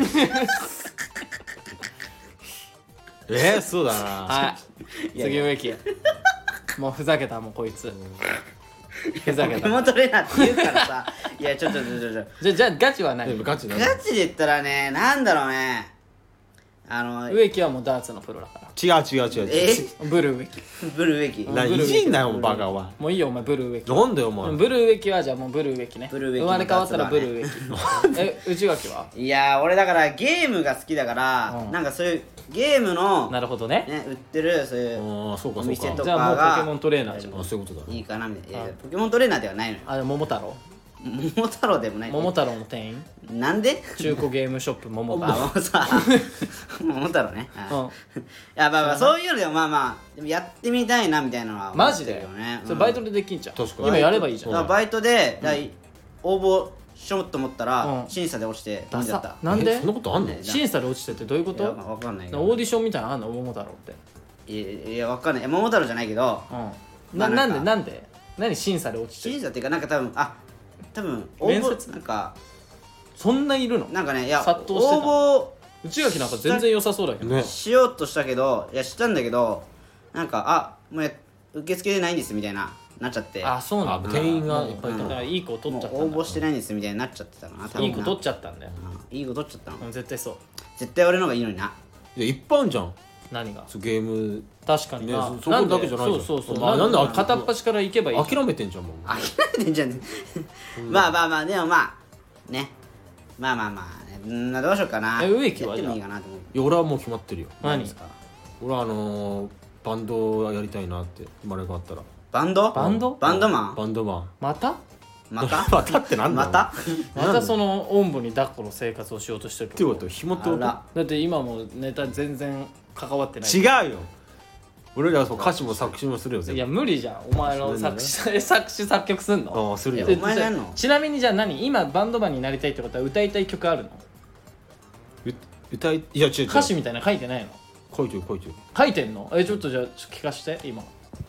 そうだな。 はい次植木。もうふざけたもうこいつ。ふざけた。 ポケモントレーナーって言うからさ。いやちょっとじゃあガチは何？ ガチなの。 ガチで言ったらねなんだろうね植木はもうダーツのプロだから。 違う。 ブル植木。 ブルー植木いじんなよもうバカは。 もういいよお前ブル植木。 なんだよお前。 ブル植木はじゃあもうブル植木ね。 ブル植木生まれ変わったらブル植木。内垣は？ いや俺だからゲームが好きだからなんかそういうゲームのなるほどね。 ね売ってるそういうそうかお店とかじゃあもうポケモンがトレーナーじゃん。 そういうことだ。 いいかなみたいな。いやポケモントレーナーではないのよ。 あ桃太郎。 桃太郎でもない。 桃太郎の店員。 なんで中古ゲームショップ桃太郎。 もうさ桃太郎ね。いやまあそういうのでもでもやってみたいなみたいなのはマジで思ってるよね。 それバイトでできんじゃん。 確かに今やればいいじゃん。 だからバイトで応募しようと思ったら審査で落ちて飛んじゃった。 なんでそんなことあんの？ 審査で落ちてってどういうこと？ いやわかんないけど。 オーディションみたいなのあんの桃太郎って。 いやわかんない。桃太郎じゃないけどなんで何審査で落ちてる？ 審査っていうかなんか多分応面接募なんかそんないるの？ なんかねいや殺到してた応内垣なんか全然良さそうだけど。 ね募しようとしたけどいやしたんだけどなんかもう受付でないんですみたいななっちゃってあそうなんだ。 店員がいっぱいいただからいい子取っもうちゃったんだ。 応募してないんですみたいになっちゃってたかな。多分いい子取っちゃったんだよ。 いい子取っちゃったの。 うん絶対そう。 絶対俺の方がいいのにな。 いやいっぱいあんじゃん。 何が？ ゲーム確かにな。 ねそこだけじゃないじゃんそうなんで片っ端から行けばいいじゃん。 諦めてんじゃんもう。 諦めてんじゃん。まあでもねねどうしようかな。 植木はやってもいいかなと思う。 いや俺はもう決まってるよ。 何？ 俺はバンドやりたいなって生まれ変わったら。 バンドバンドマンバンドマン。 またまたまたってなんだよ。 またまたそのおんぶに抱っこの生活をしようとしてるってこと紐ってこと？ あらだって今もネタ全然関わってない。 違うよ。俺らはそう歌詞も作詞もするよ全部。 いや無理じゃんお前の作詞作曲すんの？ ああするよ。 お前がやんの？ ちなみにじゃあ今バンドマンになりたいってことは歌いたい曲あるの？ 歌いいや違う歌詞みたいなの書いてないの？ 書いてる。 書いてんの？ちょっとじゃあ聞かして今。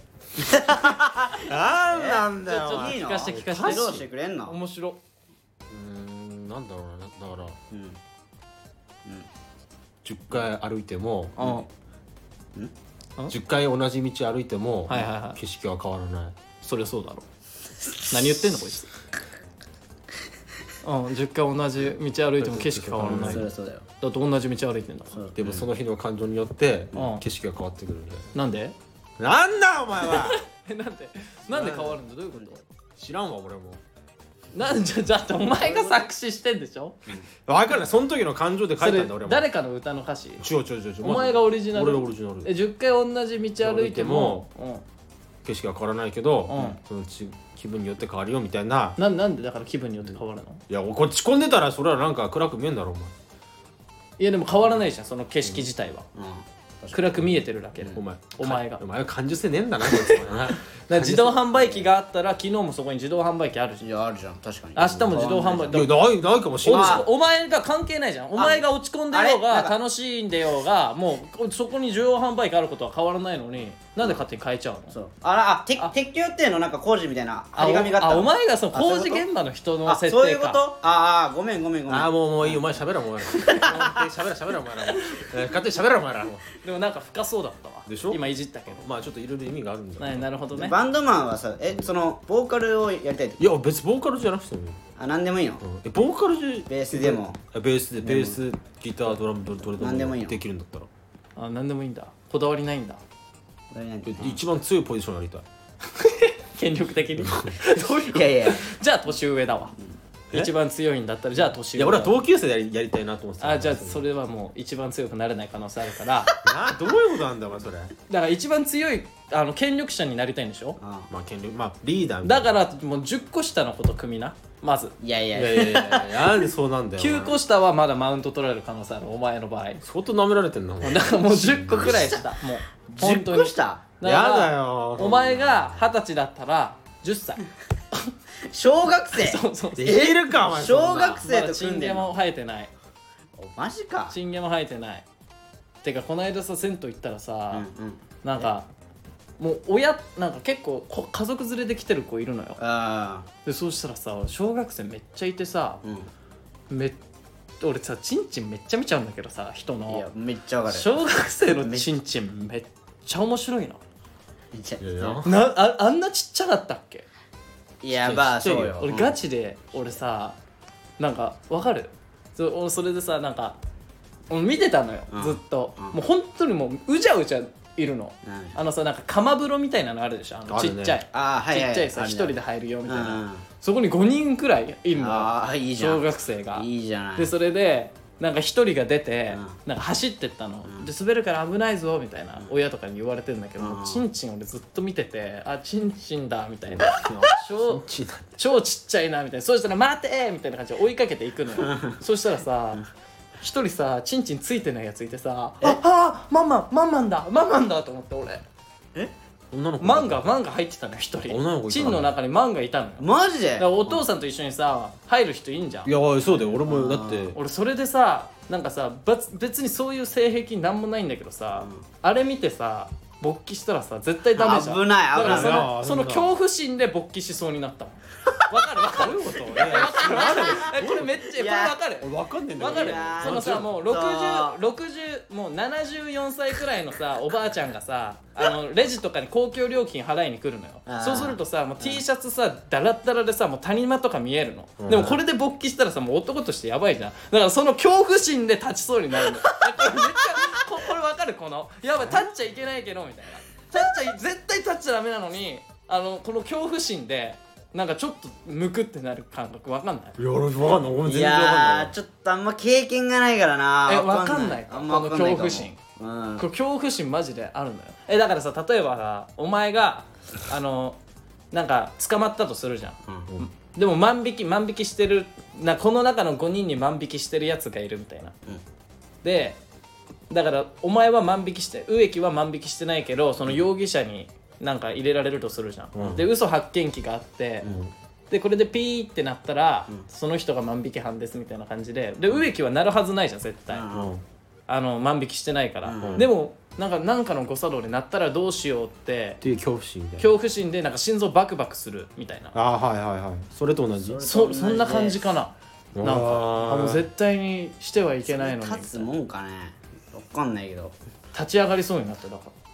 なんなんだちょっといいの？ 聞かして披露してくれんの？ 面白。 なんだろうなだからうん 10回歩いてもん 10回同じ道歩いてもはいはいはい景色は変わらない。 そりゃそうだろ。 何言ってんのこいつ。10回同じ道歩いても景色変わらない。 そりゃそうだよ。 だって同じ道歩いてんだから。 でもその日の感情によってうん景色が変わってくるんだよ。 なんでなんだお前はなんで変わるんだ、どういうこと。 知らんわ俺も。 なんじゃ、だってお前が作詞してんでしょ。 分かんない、その時の感情で書いたんだ俺も。 誰かの歌の歌詞。 違うお前がオリジナル。 俺がオリジナルで 10回同じ道歩いても、 景色が変わらないけど、その気分によって変わるよみたいな。 なんでだから気分によって変わるの。 いやこっち込んでたらそれはなんか暗く見えんだろお前。 いやでも変わらないじゃん、その景色自体は。暗く見えてるだけで。 お前は感受性ねえんだなこいつ。 だから自動販売機があったら昨日もそこに自動販売機あるじゃん。 いやあるじゃん、確かに。 明日も自動販売機。 いやないかもしれない。 お前が関係ないじゃん。お前が落ち込んでようが楽しんでようが、もうそこに需要販売機あることは変わらないのに、なんで勝手に変えちゃうの。 そう。撤去予定のなんか工事みたいな張り紙があったの。 お前がその工事現場の人の設定か。 そういうこと。ごめん。 もういい、お前喋らお前ら。喋らお前ら。勝手に喋らお前ら。 でもなんか深そうだったわ。 でしょ。 今いじったけど。 まあちょっといろいろ意味があるんだ。 なるほどね。 バンドマンはさ、そのボーカルをやりたいって。 いや別にボーカルじゃなくてもいい。 なんでもいいの。 ボーカルでベースでも。 ベースギタードラムどれでもできるんだったら。 なんでもいいんだ。こだわりないんだ。 一番強いポジションやりたい。 権力的に。 いやいや。 じゃあ年上だわ。一番強いんだったらじゃあ年上。 いや俺は同級生でやりたいなと思ってた。 じゃあそれはもう一番強くなれない可能性あるから。 どういうことなんだお前それ。だから一番強い権力者になりたいんでしょ。 まあ権力、まあリーダー。 だからもう10個下のこと組みなまず。 いやなんでそうなんだよ。 9個下はまだマウント取られる可能性ある、お前の場合。 相当舐められてんな。 だからもう10個くらい下。もう本当に 10個下。 やだよ。 お前が20歳だったら10歳。 小学生。 そうできるかお前。 小学生とチ組んでんの。 ンゲも生えてない。 マジか。 チンゲも生えてない。てかこの間さ銭湯行ったらさ、なんかもうなんか結構家族連れで来てる子いるのよ。でそうしたらさ小学生めっちゃいてさ、俺さチンチンめっちゃ見ちゃうんだけどさ、人の。 いやめっちゃわかる。 小学生のチンチンめっちゃ面白いな。あんなちっちゃかったっけ。 いやまあそうよ。 俺ガチで俺さなんかわかる。それでさなんか見てたのよずっと。もう本当にもううじゃうじゃいるの。さなんか釜風呂みたいなのあるでしょ、ちっちゃいちっちゃいさ一人で入るよみたいな。そこに5人くらいいるのよ、小学生が。 いいじゃない。 でそれでなんか一人が出てなんか走ってったので、滑るから危ないぞみたいな親とかに言われてんだけど、チンチン俺ずっと見てて、チンチンだみたいな、超ちっちゃいなみたいな。そうしたら待てみたいな感じで追いかけていくのよ。そしたらさ一人さチンチンついてないやついてさ、マンマンだと思って俺。 女の子マンガ入ってたのよ一人。チンの中にマンがいたのよ。 マジで。 だからお父さんと一緒にさ入る人いいんじゃん。 いやそうだよ。俺もだって俺それでさなんかさ別にそういう性癖なんもないんだけどさ、あれ見てさ勃起したらさ絶対ダメじゃん。 危ないだからその恐怖心で勃起しそうになったもん。わかるどういうこと。 これめっちゃこれわかる。 分かんねえんだよ。 わかる。そのさもう60もう74歳くらいのさおばあちゃんがさレジとかに公共料金払いに来るのよ。そうするとさもう T シャツさダラッダラでさもう谷間とか見えるの。でもこれで勃起したらさもう男としてやばいじゃん。だからその恐怖心で立ちそうになるの。これめっちゃこれわかる。このやばい立っちゃいけないけどみたいな。絶対立っちゃダメなのにこの恐怖心でなんかちょっとむくってなる感覚わかんない。 いや俺分かんない。俺も全然分かんない。 ちょっとあんま経験がないからな。 わかんないか。この恐怖心。これ恐怖心マジであるのよ。だからさ例えばさお前がなんか捕まったとするじゃん。でも万引きしてるこの中の5人に万引きしてるやつがいるみたいな。でだからお前は万引きして植木は万引きしてないけどその容疑者になんか入れられるとするじゃん。で嘘発見器があって、でこれでピーってなったら、その人が万引き犯ですみたいな感じで植木はなるはずないじゃん絶対。万引きしてないから。でもなんかの誤作動でなったらどうしようっていう恐怖心でなんか心臓バクバクするみたいな。 はいそれと同じ。 そんな感じかな。なんかもう絶対にしてはいけないのに。 立つもんかね。わかんないけど立ち上がりそうになってだから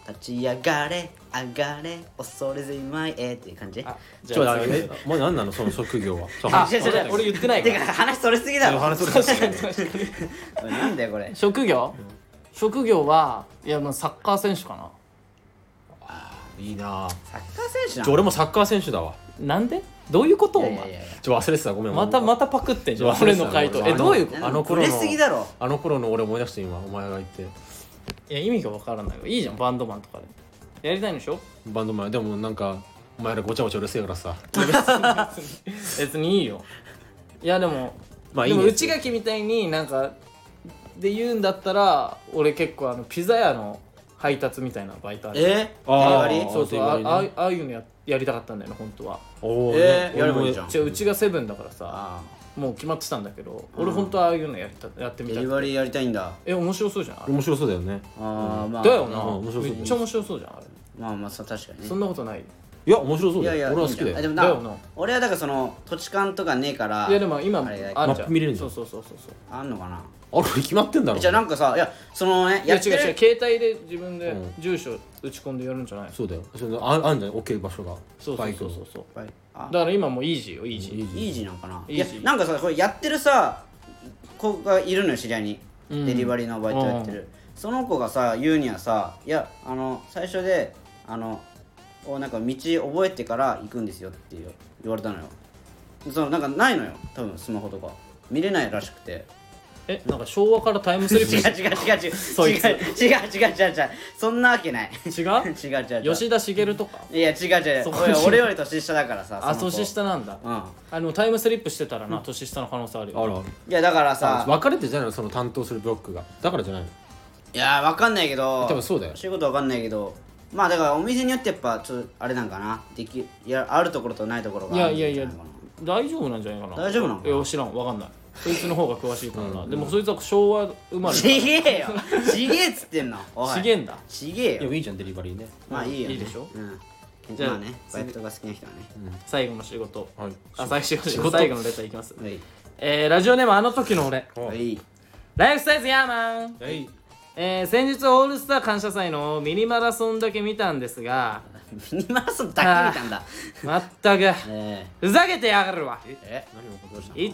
立ち上がれ上がれ恐れずに前へっていう感じ。 あちょっと次もう何なのその職業は。 あ違う違う違う俺言ってないかてか話それすぎだろ。 話それ確かに確かにおいなんだよこれ。 職業、職業はいやまあサッカー選手かいいな。 サッカー選手なの。 俺もサッカー選手だわ。 な。なんでどういうことお前いやいやいや忘れてたごめん。 またパクってんじゃん俺忘れてたの回答どういうことあの頃の触れすぎだろ。 あの頃の俺思い出して今お前が言っていや意味がわからないよいいじゃんバンドマンとかでやりたいんでしょバンドマンでもなんかお前らごちゃごちゃうるせえからさ。 別にいいよいやでも、 まあいいねでも内垣みたいになんかで言うんだったら俺結構ピザ屋の配達みたいなバイトあるあデリバリーそうそうデリバリーねああいうのやりたかったんだよね本当はおーねやればいいじゃん。 うちがセブンだからさあもう決まってたんだけど俺本当はああいうのやってみたいデリバリーやりたいんだ。 面白そうじゃんあれ面白そうだよね。 ああまあ。 だよな、 面白そうめっちゃ面白そうじゃんあれまあまあ確かにね。 そんなことないいや面白そういやいやだよ。俺は好きだよ。 いいんじゃんでもだよな俺はだからその土地勘とかねえから。 いやでも今あれあるじゃんマップ見れるんじゃんそうそうあんのかな。 あれ決まってんだろ。 じゃあなんかさいやそのねいや違うやってる違う携帯で自分でうん住所打ち込んでやるんじゃないそうだよ。それあんじゃん置ける場所が。 そうそうバイクのそうそうそうはいあだから今もうイージーよイージーいいじイージーなんかな。 イージーいやなんかさこれやってるさ子がいるのよ知り合いに、 うんデリバリーのバイトやってる、その子がさ言うにはさいや最初でなんか道覚えてから行くんですよって言われたのよ。そのなんかないのよ多分スマホとか見れないらしくて。 なんか昭和からタイムスリップ違う違う違う違うそいつ違うそんなわけない違う違う違う吉田茂とかいや違う違うそこ俺より年下だからさあその子年下なんだうんタイムスリップしてたらな年下の可能性あるよあるある。 いやだからさ分かれてじゃないのその担当するブロックが。だからじゃないの。 いやわかんないけど多分そうだよそういうことわかんないけどまあだからお店によってやっぱちょっとあれなんかなあるところとないところがあるんじゃないかな。 大丈夫なんじゃないかな大丈夫なのかないや知らんわかんないそいつの方が詳しいからなでもそいつは昭和生まれちげえよちげえっつってんのおいちげんだちげえよいやいいじゃんデリバリーね。 まあいいよねいいでしょうんじゃあまあねバイトが好きな人はね最後の仕事はい。 最後のレターいきますはいラジオネームあの時の俺はいライフサイズヤーマンはい。 先日オールスター感謝祭のミニマラソンだけ見たんですがミニマラソンだけ見たんだまったくえふざけてやがるわえ何をことした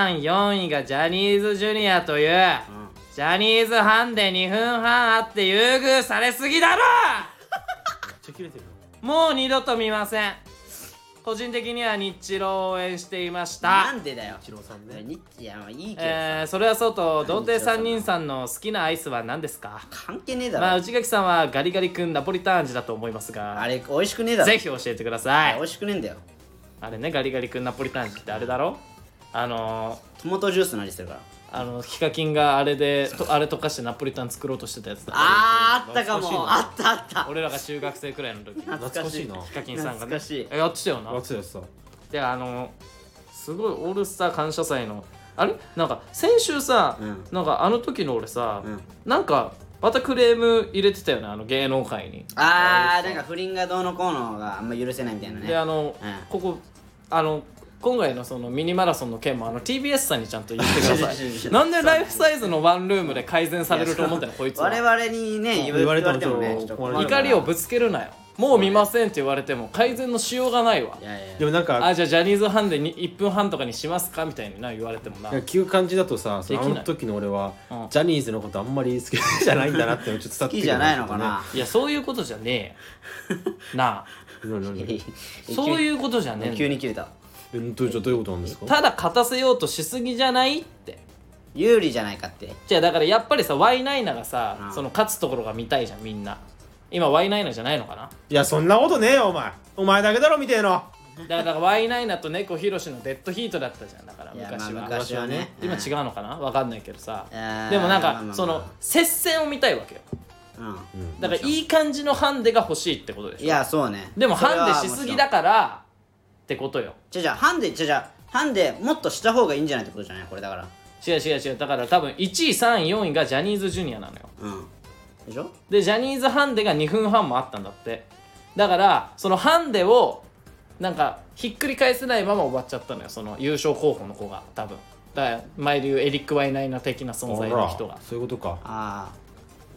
134位がジャニーズジュニアというジャニーズ班で2分半あって優遇されすぎだろめっちゃ切れてるよ。 もう二度と見ません個人的には日チロを応援していましなたんでだよ一郎さんね。 いやまあいいけどさそれはそうと童貞3人さんの好きなアイスは何ですか関係ねえだまあろ内垣さんはガリガリ君ナポリタン味だと思いますがあれ美味しくねえだろぜひ教えてください美味しくねえんだよあれねガリガリ君ナポリタン味ってあれだろトマトジュースの味してるからヒカキンがあれであれ溶かしてナポリタン作ろうとしてたやつだあったか懐かしいなもあったあった俺らが中学生くらいの時懐かしいな。 ヒカキンさんがね懐かしいやってたよなやつやつさ。 ですごいオールスター感謝祭のあれなんか先週さ、 うんなんかあの時の俺さ、 うんなんかまたクレーム入れてたよね芸能界に、 なんか不倫がどうのこうのがあんま許せないみたいなねでここ今回のそのミニマラソンの件もTBS さんにちゃんと言ってくださいなんでライフサイズのワンルームで改善されると思ってんのこいつは我々にね言われてもねちょっと困るから怒りをぶつけるなよもう見ませんって言われても改善のしようがないわいやいやでもなんかじゃあジャニーズ班で1分半とかにしますかみたいに言われてもな聞く感じだとさできないあの時の俺はうんジャニーズのことあんまり好きじゃないんだなってちょっと伝わってくる好きじゃないのかないやそういうことじゃねえよなあそういうことじゃねえんだよ急に切れたじゃあどういうことなんですかただ勝たせようとしすぎじゃないって有利じゃないかってじゃあだからやっぱりさワイナイナがさ、 うんその勝つところが見たいじゃんみんな今ワイナイナじゃないのかないやそんなことねえよお前だけだろ見てえのだからワイナイナと猫ひろしのデッドヒートだったじゃんだからいや昔は、 まあ昔はね今違うのかなわかんないけどさうんでもなんまあまあまあかその接戦を見たいわけようんだからいい感じのハンデが欲しいってことでしょいやそうねでもそれはハンデしすぎだからってことよじゃあハンデもっとした方がいいんじゃないってことじゃないこれだから違うだから多分1位3位4位がジャニーズジュニアなのようんでしょでジャニーズハンデが2分半もあったんだってだからそのハンデをなんかひっくり返せないまま終わっちゃったのよその優勝候補の子が多分だから前でいうエリック・ワイナイナ的な存在の人がそういうことかああ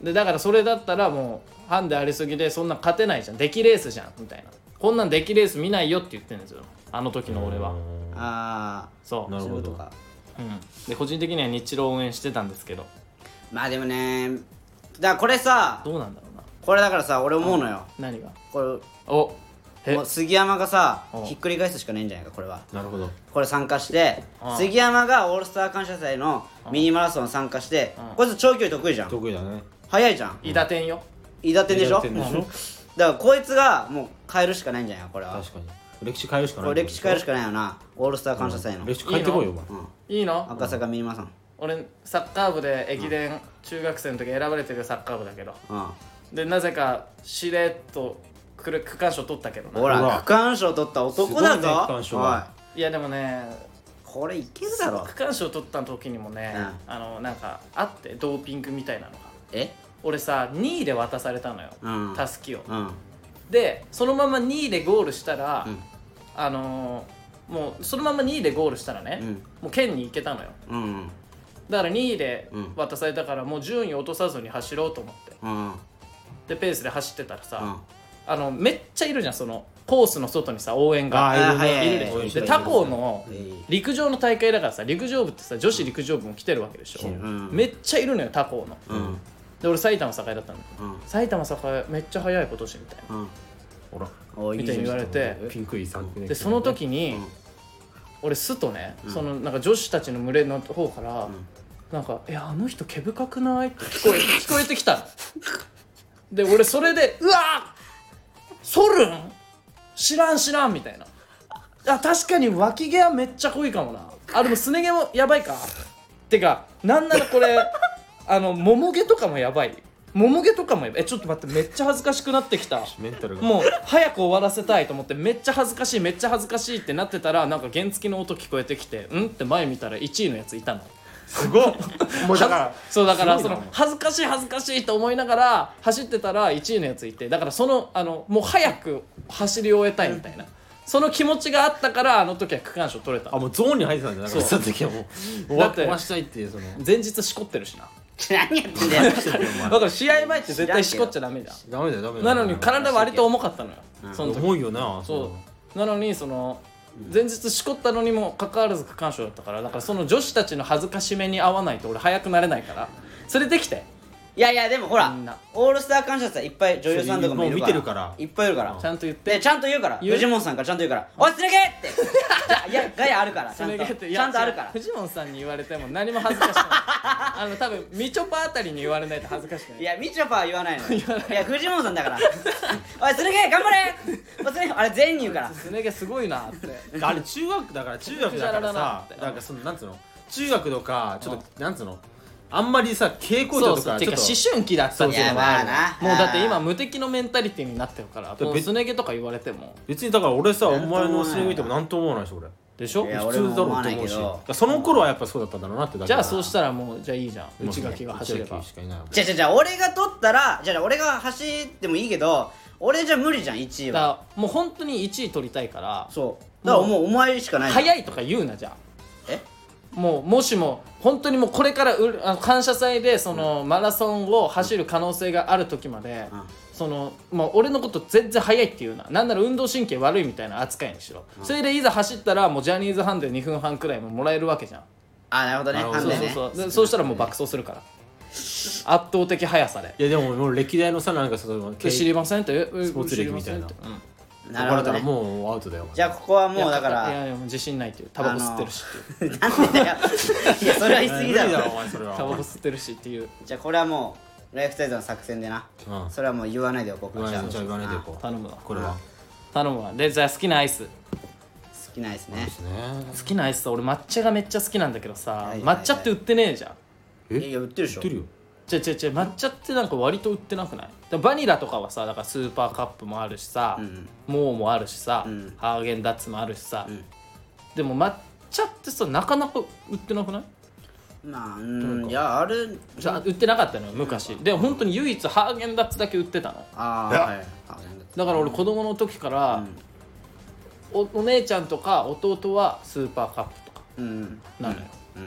でだからそれだったらもうハンデありすぎでそんな勝てないじゃん、出来レースじゃんみたいな、こんなん出来レース見ないよって言ってるんですよあの時の俺は。 あそうなるほどそういうことか。 で個人的には日露を応援してたんですけど、 まあでもね、だからこれさ、 どうなんだろうな。 これだからさ俺思うのよ、 何がこおれもう杉山がさおひっくり返すしかないんじゃないかこれは。 なるほど。 これ参加してあ杉山がオールスター感謝祭のミニマラソン参加してこいつ長距離得意じゃん、 得意だね。 速いじゃん、 伊達天よ。 伊達でしょ、 やってんでしょ。 だからこいつがもう変えるしかないんじゃないこれは。 確かに。歴史変えるしかない。 これ歴史変えるしかないよな、オールスター感謝祭の、 歴史変えてこいよお前。 いいの？ 赤坂ミニマラソン。 俺サッカー部で駅伝、中学生の時選ばれてるサッカー部だけど、でなぜかしれっと区間賞取ったけどな。 ほらほら区間賞取った男だぞ、 すごいね区間賞はおいいやでもねこれいけるだろ。 区間賞取った時にもね、 うなんかあってドーピングみたいなのがえ俺さ2位で渡されたのよ、 うんたすきを。 うんでそのまま2位でゴールしたら、 うんもうそのまま2位でゴールしたらね、 うんもう県に行けたのよ。 うんだから2位でうん渡されたからもう順位落とさずに走ろうと思ってうんでペースで走ってたらさ、 うんめっちゃいるじゃんそのコースの外にさ応援があーいるねいるでしょ。 応援してるで他校のいい陸上の大会だからさ陸上部ってさ女子陸上部も来てるわけでしょ、 うんめっちゃいるのよ他校の。 うんで俺埼玉栄だったんだよ、 うん埼玉栄めっちゃ速い今年みたいなうんほらおいみたいに言われて、 ピンクい3 でその時に、俺すとね、そのなんか女子たちの群れの方から、なんか「あの人毛深くない?」って聞こえてきたの。で俺それで「うわそるん知らん」みたいな。あ確かに脇毛はめっちゃ濃いかもな。あでもすね毛もやばいか。てかなんならこれもも毛とかもやばい。もも毛とかもやばい。ちょっと待ってめっちゃ恥ずかしくなってきた。 メンタルがもう早く終わらせたいと思ってめっちゃ恥ずかしいめっちゃ恥ずかしいってなってたらなんか原付の音聞こえてきてんって前見たら1位のやついたの。 すごっもうだからそうだからすごいなその恥ずかしいと思いながら走ってたら1位のやついて、だからそのもう早く走り終えたいみたいなその気持ちがあったからあの時は区間賞取れた。 あもうゾーンに入ってたんだよだからそうその時はもう終だってわしたいっていうその前日しこってるしな。 何やってんだよだから試合前って絶対しこっちゃダメじゃん。 ダメだよダメだよなのに体割と重かったのよ、その時。 重いよなそうなのにその前日しこったのにもかかわらず区間賞だったから、だからその女子たちの恥ずかしめに合わないと俺速くなれないからそれできていやいやでもほらみんなオールスター感謝祭いっぱい女優さんとかもいるからもう見てるからいっぱいいるからちゃんと言ってでちゃんと言うから言う藤本さんからちゃんと言うから「おいすね毛!」っていやガヤあるからちゃんとちゃんとあるから藤本さんに言われても何も恥ずかしくない多分みちょぱあたりに言われないと恥ずかしくない。 いやみちょぱは言わないのよいや藤本さんだから「おいすね毛頑張れ!」おいすね毛あれ全員に言うからすね毛すごいなってあれ中学だから中学だからさなんかそのなんつうの中学とかちょっとなんつうのあんまりさ稽古場とかてかちょっと思春期だったっていうのもあるいやまあなもうだって今無敵のメンタリティになってるからもうすね毛とか言われても別にだから俺さおなんとも思わない前のすね見てもなんとも思わないし俺でしょいや普通だろうと思うし俺も思わないけどだからその頃はやっぱそうだったんだろうなってだけじゃあそうしたらもうじゃあいいじゃん内垣が走れば内垣しかいないもんじゃあ俺が取ったらじゃあ俺が走ってもいいけど俺じゃ無理じゃん1位はだからもう本当に1位取りたいからそうだからもうお前しかない早いとか言うなじゃあえもしも本当にもうこれから感謝祭でそのマラソンを走る可能性がある時まで、そのもう俺のこと全然速いっていうな、なんなら運動神経悪いみたいな扱いにしろ、それでいざ走ったらもうジャニーズハンデ2分半くらいももらえるわけじゃん。 あなるほどねなるほどそうハンデねそうそうしたらもう爆走するから圧倒的速さでいやでももう歴代のさなんかその知りませんってスポーツ歴みたいな知りませんってなるほどねたらもうアウトだよじゃあここはもうだかいらやいやもう自信ないっていうタバコ吸ってるしっていうなんでだよいやそれは言い過ぎだ無理だろろお前それはタバコ吸ってるしっていうじゃあこれはもうライフサイズの作戦でなうんそれはもう言わないでおこうかじゃあ言わないでいこう頼むわこれは頼むわ。でじゃあ好きなアイス好きないですねですね好きなアイスさ俺抹茶がめっちゃ好きなんだけどさ、 はいはいはい抹茶って売ってねえじゃん。 いや売ってるでしょ知ってるよ抹茶ってなんか割と売ってなくない？でバニラとかはさだからスーパーカップもあるしさ、モーもあるしさ、ハーゲンダッツもあるしさ、でも抹茶ってさなかなか売ってなくない？ まあいやあるじゃあ売ってなかったのよ昔。で本当に唯一ハーゲンダッツだけ売ってたの。 ああはいだから俺子供の時から、お姉ちゃんとか弟はスーパーカップとかうんなのよ。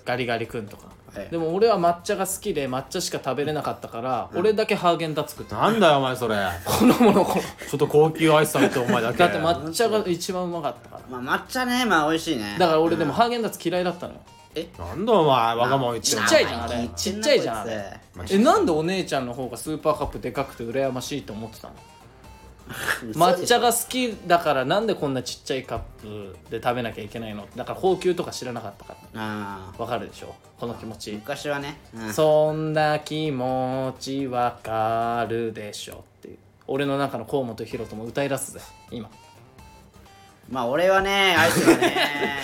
ガリガリ君とか、 はい、 でも俺は抹茶が好きで抹茶しか食べれなかったから、俺だけハーゲンダッツ作ってなんだよお前それ子供の頃ちょっと高級アイス食べてお前だけだって抹茶が一番うまかったから、 まあ抹茶ね、まあ美味しいね。 だから俺でもハーゲンダッツ嫌いだったのよ。 なんだお前わがまま言ってんのちっちゃいじゃんあれ、ちっちゃいじゃんあれ。なんでお姉ちゃんの方がスーパーカップでかくて羨ましいと思ってたの抹茶が好きだからなんでこんなちっちゃいカップで食べなきゃいけないの。だから高級とか知らなかったからわかるでしょこの気持ち。 昔はね、 そんな気持ちわかるでしょっていう、俺の中の河本大翔も歌い出すぜ今。 まあ俺はね、アイスはね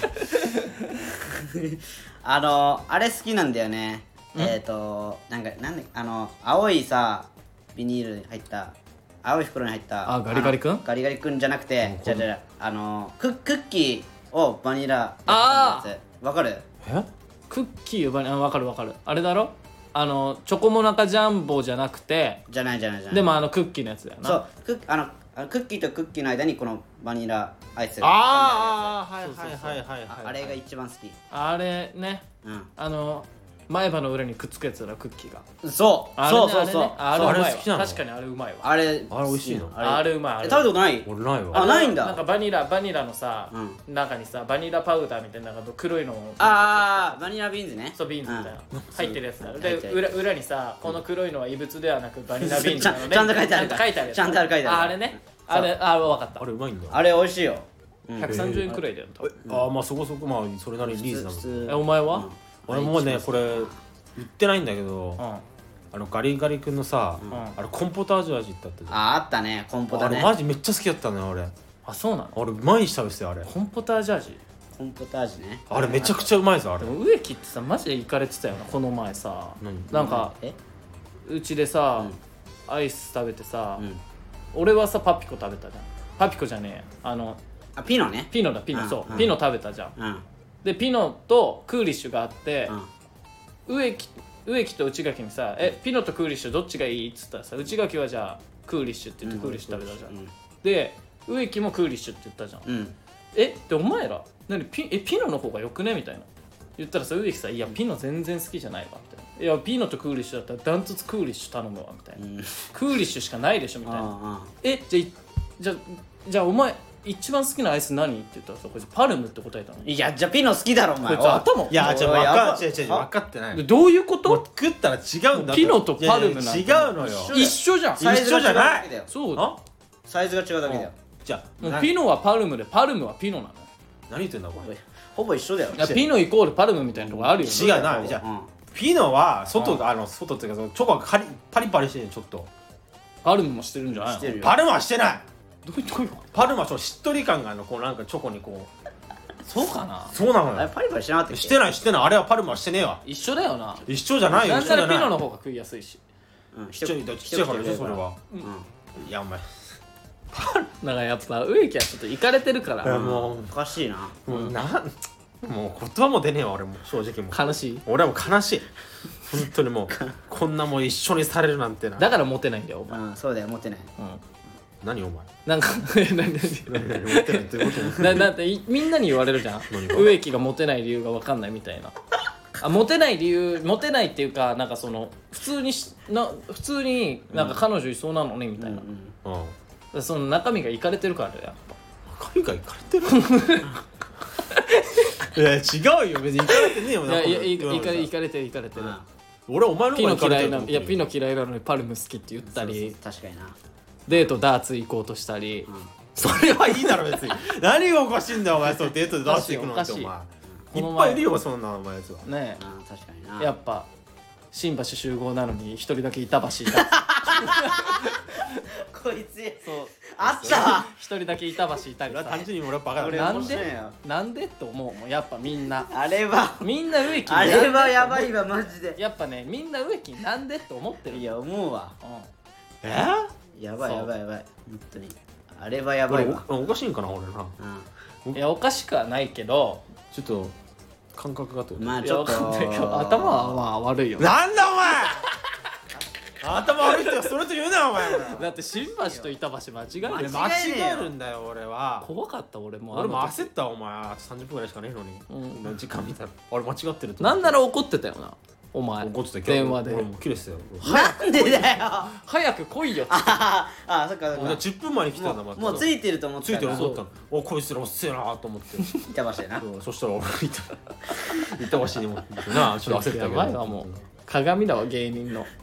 あれ好きなんだよね。なんで青いさビニールに入った青い袋に入ったガリガリ君ガリガリ君じゃなくて、クッキーをバニラでやつわかる？ クッキーをバニラわかるわかる。あれだろ、チョコモナカジャンボじゃなくて、 じゃないでもクッキーのやつだよな。 そうクッキーとクッキーの間にこのバニラアイスがはいはいはいはい。 あれが一番好き。 あれね、前歯の裏にくっつくやつだ、クッキーが。 そうあれうまいわ。 好きなの？ 確かにあれうまいわ。 あれ美味しいの？ あれうまい。 食べたことない？ 俺ないわ。 ないんだ。 なんかバニラのさ、中にさバニラパウダーみたいな黒いのを、 バニラビーンズね。 そうビーンズみたいな入ってるやつだ。で裏にさ、この黒いのは異物ではなくバニラビーンズなのね。 ちゃんと書いてある。 ちゃんと書いてある。 ちゃんと書いてある。 あれね。あれ分かった。 あれうまいんだ。 あれ美味しいよ。 130円くらいだよ。 まあそこそこまあそれなりにリーズナブル。 お前は？ 俺もねこれ売ってないんだけど、ガリガリ君のさ、あれコンポタージュ味ってあったじゃん。 あったね、コンポタね。 あれマジめっちゃ好きだったのよ俺。 あ、そうなの？ 俺毎日食べてたよあれ。 コンポタージュ味？ コンポタージュね。 あれめちゃくちゃうまいぞあれ。 でも植木ってさマジでイカれてたよなこの前さ。なんかうちでさアイス食べてさ、俺はさパピコ食べたじゃん。パピコじゃねえ、 ピノね。 ピノだ、ピノ。そうピノ食べたじゃん。でピノとクーリッシュがあって、植木と内垣にさピノとクーリッシュどっちがいいっつったらさ、内垣はじゃあクーリッシュって言ってクーリッシュ食べたじゃん。で植木もクーリッシュって言ったじゃん。でお前らピノの方がよくねみたいな言ったらさ、植木さいやピノ全然好きじゃないわみたいな。いやピノとクーリッシュだったらダントツクーリッシュ頼むわみたいな。クーリッシュしかないでしょみたいな。じゃあお前一番好きなアイス何って言ったらさ、こいつパルムって答えたの。 いや、じゃあピノ好きだろお前。 こいつ頭。 いや、違う分かってない。 どういうこと？ 食ったら違うんだ。 ピノとパルムなんて違うのよ。 一緒じゃん。 一緒じゃない。 そうだ。 サイズが違うだけだよ。 じゃあピノはパルムでパルムはピノなの。 何言ってんだお前。 ほぼ一緒だよ。 ピノイコールパルムみたいなとこあるよね。 違うな。じゃあピノは外っていうかチョコがパリパリしてるちょっと。 パルムもしてるんじゃないの？ パルムはしてない。 どういうこと？ パルムはちょっとしっとり感があるの、こうなんかチョコにこう。 そうかな。 そうなのよ。 パリパリしてなかったっけ？ してないあれはパルムはしてねえわ。 一緒だよな。 一緒じゃないよ。 なんならピノの方が食いやすいし。 ちっちゃいからでしょそれは。いやお前。 だからやっぱ植木はちょっとイカれてるから。 もうおかしいな。 もう言葉も出ねえわ俺も正直もう。 悲しい。 俺はもう悲しい。本当にもうこんなもう一緒にされるなんてな。 だからモテないんだよお前。 そうだよ、モテない。 何お前。 なんかモテないっていうことだってみんなに言われるじゃん。植木がモテない理由が分かんないみたいな。モテないっていうか、なんかその普通になんか彼女いそうなのねみたいな。その中身がイカれてるからやっぱ。中身がイカれてる。いや違うよ、別にイカれてねえよ。 いやイカれてる。 俺お前の方がイカれてる。 いやピノ嫌いなのにパルム好きって言ったり。 確かにな。 デートダーツ行こうとしたり。 それはいいだろ別に。何がおかしいんだよお前。そうデートでダーツ行くのってお前。いっぱいいるよそんなお前やつは。 ねえ。 確かにな。 やっぱ新橋集合なのに一人だけ板橋いた。 こいつそうあった一人だけ板橋いたりさ。 単純に俺はバカだ。 なんでって思うもんやっぱみんな。みんな植木。 あれはやばいわマジで。 やっぱねみんな植木なんでって思ってる。 いや思うわ。やばい本当にあれはやばいわ。 おかしいんかな俺な。 いやおかしくはないけどちょっと感覚がと。 まあちょっと頭はまあ悪いよ。 なんだお前。 頭悪い人がそれと言うなお前だって新橋と板橋間違えるよ間違えるんだよ俺は。 怖かった俺も俺もあの時焦ったお前あと30分ぐらいしかねえのに、時間見たら俺間違ってるとなんなら怒ってたよなお前怒ってたけど電話で俺もう切れてたよ。 なんでだよ早く来いよってあそっかそっ俺か 10分前に来たんだまた。 もうついてると思っつてたからいてる思ったの。おこいつらおっせえなと思って板橋でなそしたら俺板橋にもなちょっと焦ったけどやばいわもう鏡だわ芸人の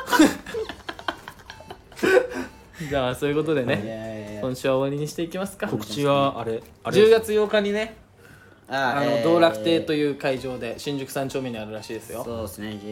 じゃあそういうことでいやねいやいや今週は終わりにしていきますか。 告知はあれ 10月8日にねあ道楽亭という会場で新宿3丁目にあるらしいですよ。 そうですね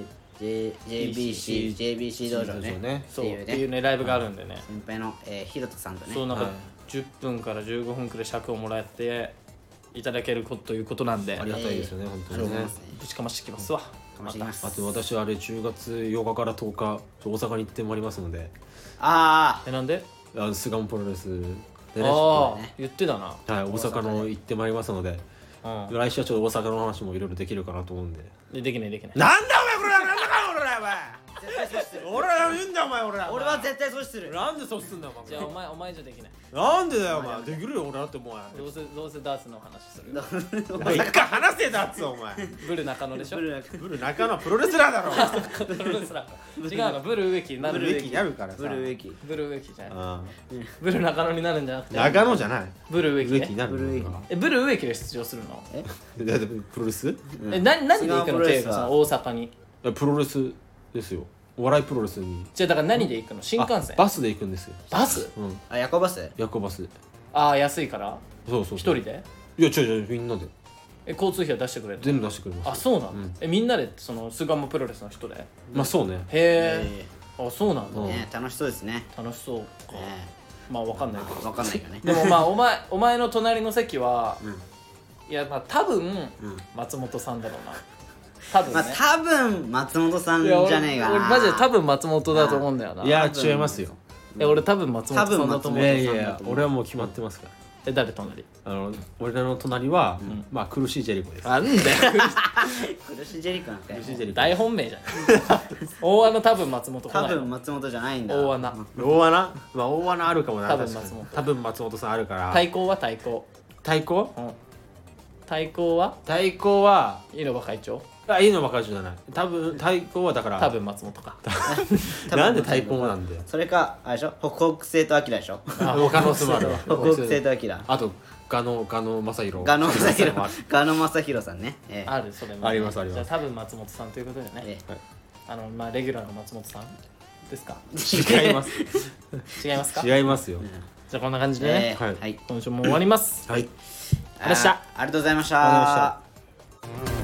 JBC 道場ねそうっていうっていうねライブがあるんでね、 先輩のひろとさんとねそうなんかはい 10分から15分くらい尺をもらっていただけるということなんでありがたいですよね本当にね。 ぶちかましてきますわ。 かもしれますあと私はあれ10月8日から10日大阪に行ってまいりますのであなんで巣鴨プロレスでねああね言ってたな。 はい大阪の行ってまいりますのでうん来週はちょっと大阪の話もいろいろできるかなと思うんで。 できないできない。 なんだお前これなんだ俺らお前俺ら言うんだお前俺ら俺は絶対阻止するなんでそうすんだよおじゃあお前じゃできない。 なんでだよお前できるよ俺だってお前どうせダーツの話する。 一回話せだっつお前ブル中野でしょ。 ブルブル中野プロレスラーだろブルスラ違うのブル植木になるブル駅にあるからさブル植木ブル植木じゃない。 あブル中野になるんじゃなくて中野じゃないブル植木ね。 ブル駅になるブル駅ブル植木で出場するの？ だってプロレス何で行くの？ 違うプロレスはテイクさん大阪に。 いやプロレスですよお笑いプロレスにじゃあだから何で行くの？新幹線？ バスで行くんですよバス？ うんあ夜行バス夜行バスああ安いからそうそう一人で？ いや違うみんなで交通費は出してくれるの？ 全部出してくれますあそうなのん？ みんなでその巣鴨プロレスの人で？ まあそうねへえ。あそうなんだ。 うんね楽しそうですね楽しそうか。 ねまあわかんないけど。 わかんないよねでもまあお前の隣の席は、いやまあ多分、松本さんだろうな多分ね、 まあ多分松本さんじいや俺ゃねえかな俺マジで多分松本だと思うんだよな。 いや違いますよ俺多分松本さんだと思う。 いやいやいや俺はもう決まってますから誰隣？ 俺らの隣はまあ苦しいジェリコですなんだよ苦しいジェリコなんかよ苦しいジェリコ大本命じゃん大穴多分松本来多ないの分松本じゃないんだ大穴大穴まあ大穴あるかもな多分確かに松本多分松本さんあるから対抗は対抗、 対抗対抗は対抗は稲葉会長いいのばかりじゃない多分対抗はだから多分松本かなんで対抗なんだよそれかあれでしょ北北西とアキラでしょ他のスマート北北西とアキラあとガノ正宏ガノ正宏ガノ正宏さんねあるそれもありますありますじゃあ多分松本さんということでね、まあレギュラーの松本さんですか違います違いますか違いますよじゃあこんな感じでね、 はいはい今週も終わりますはいありがとうございましたありがとうございましありがとうございましたた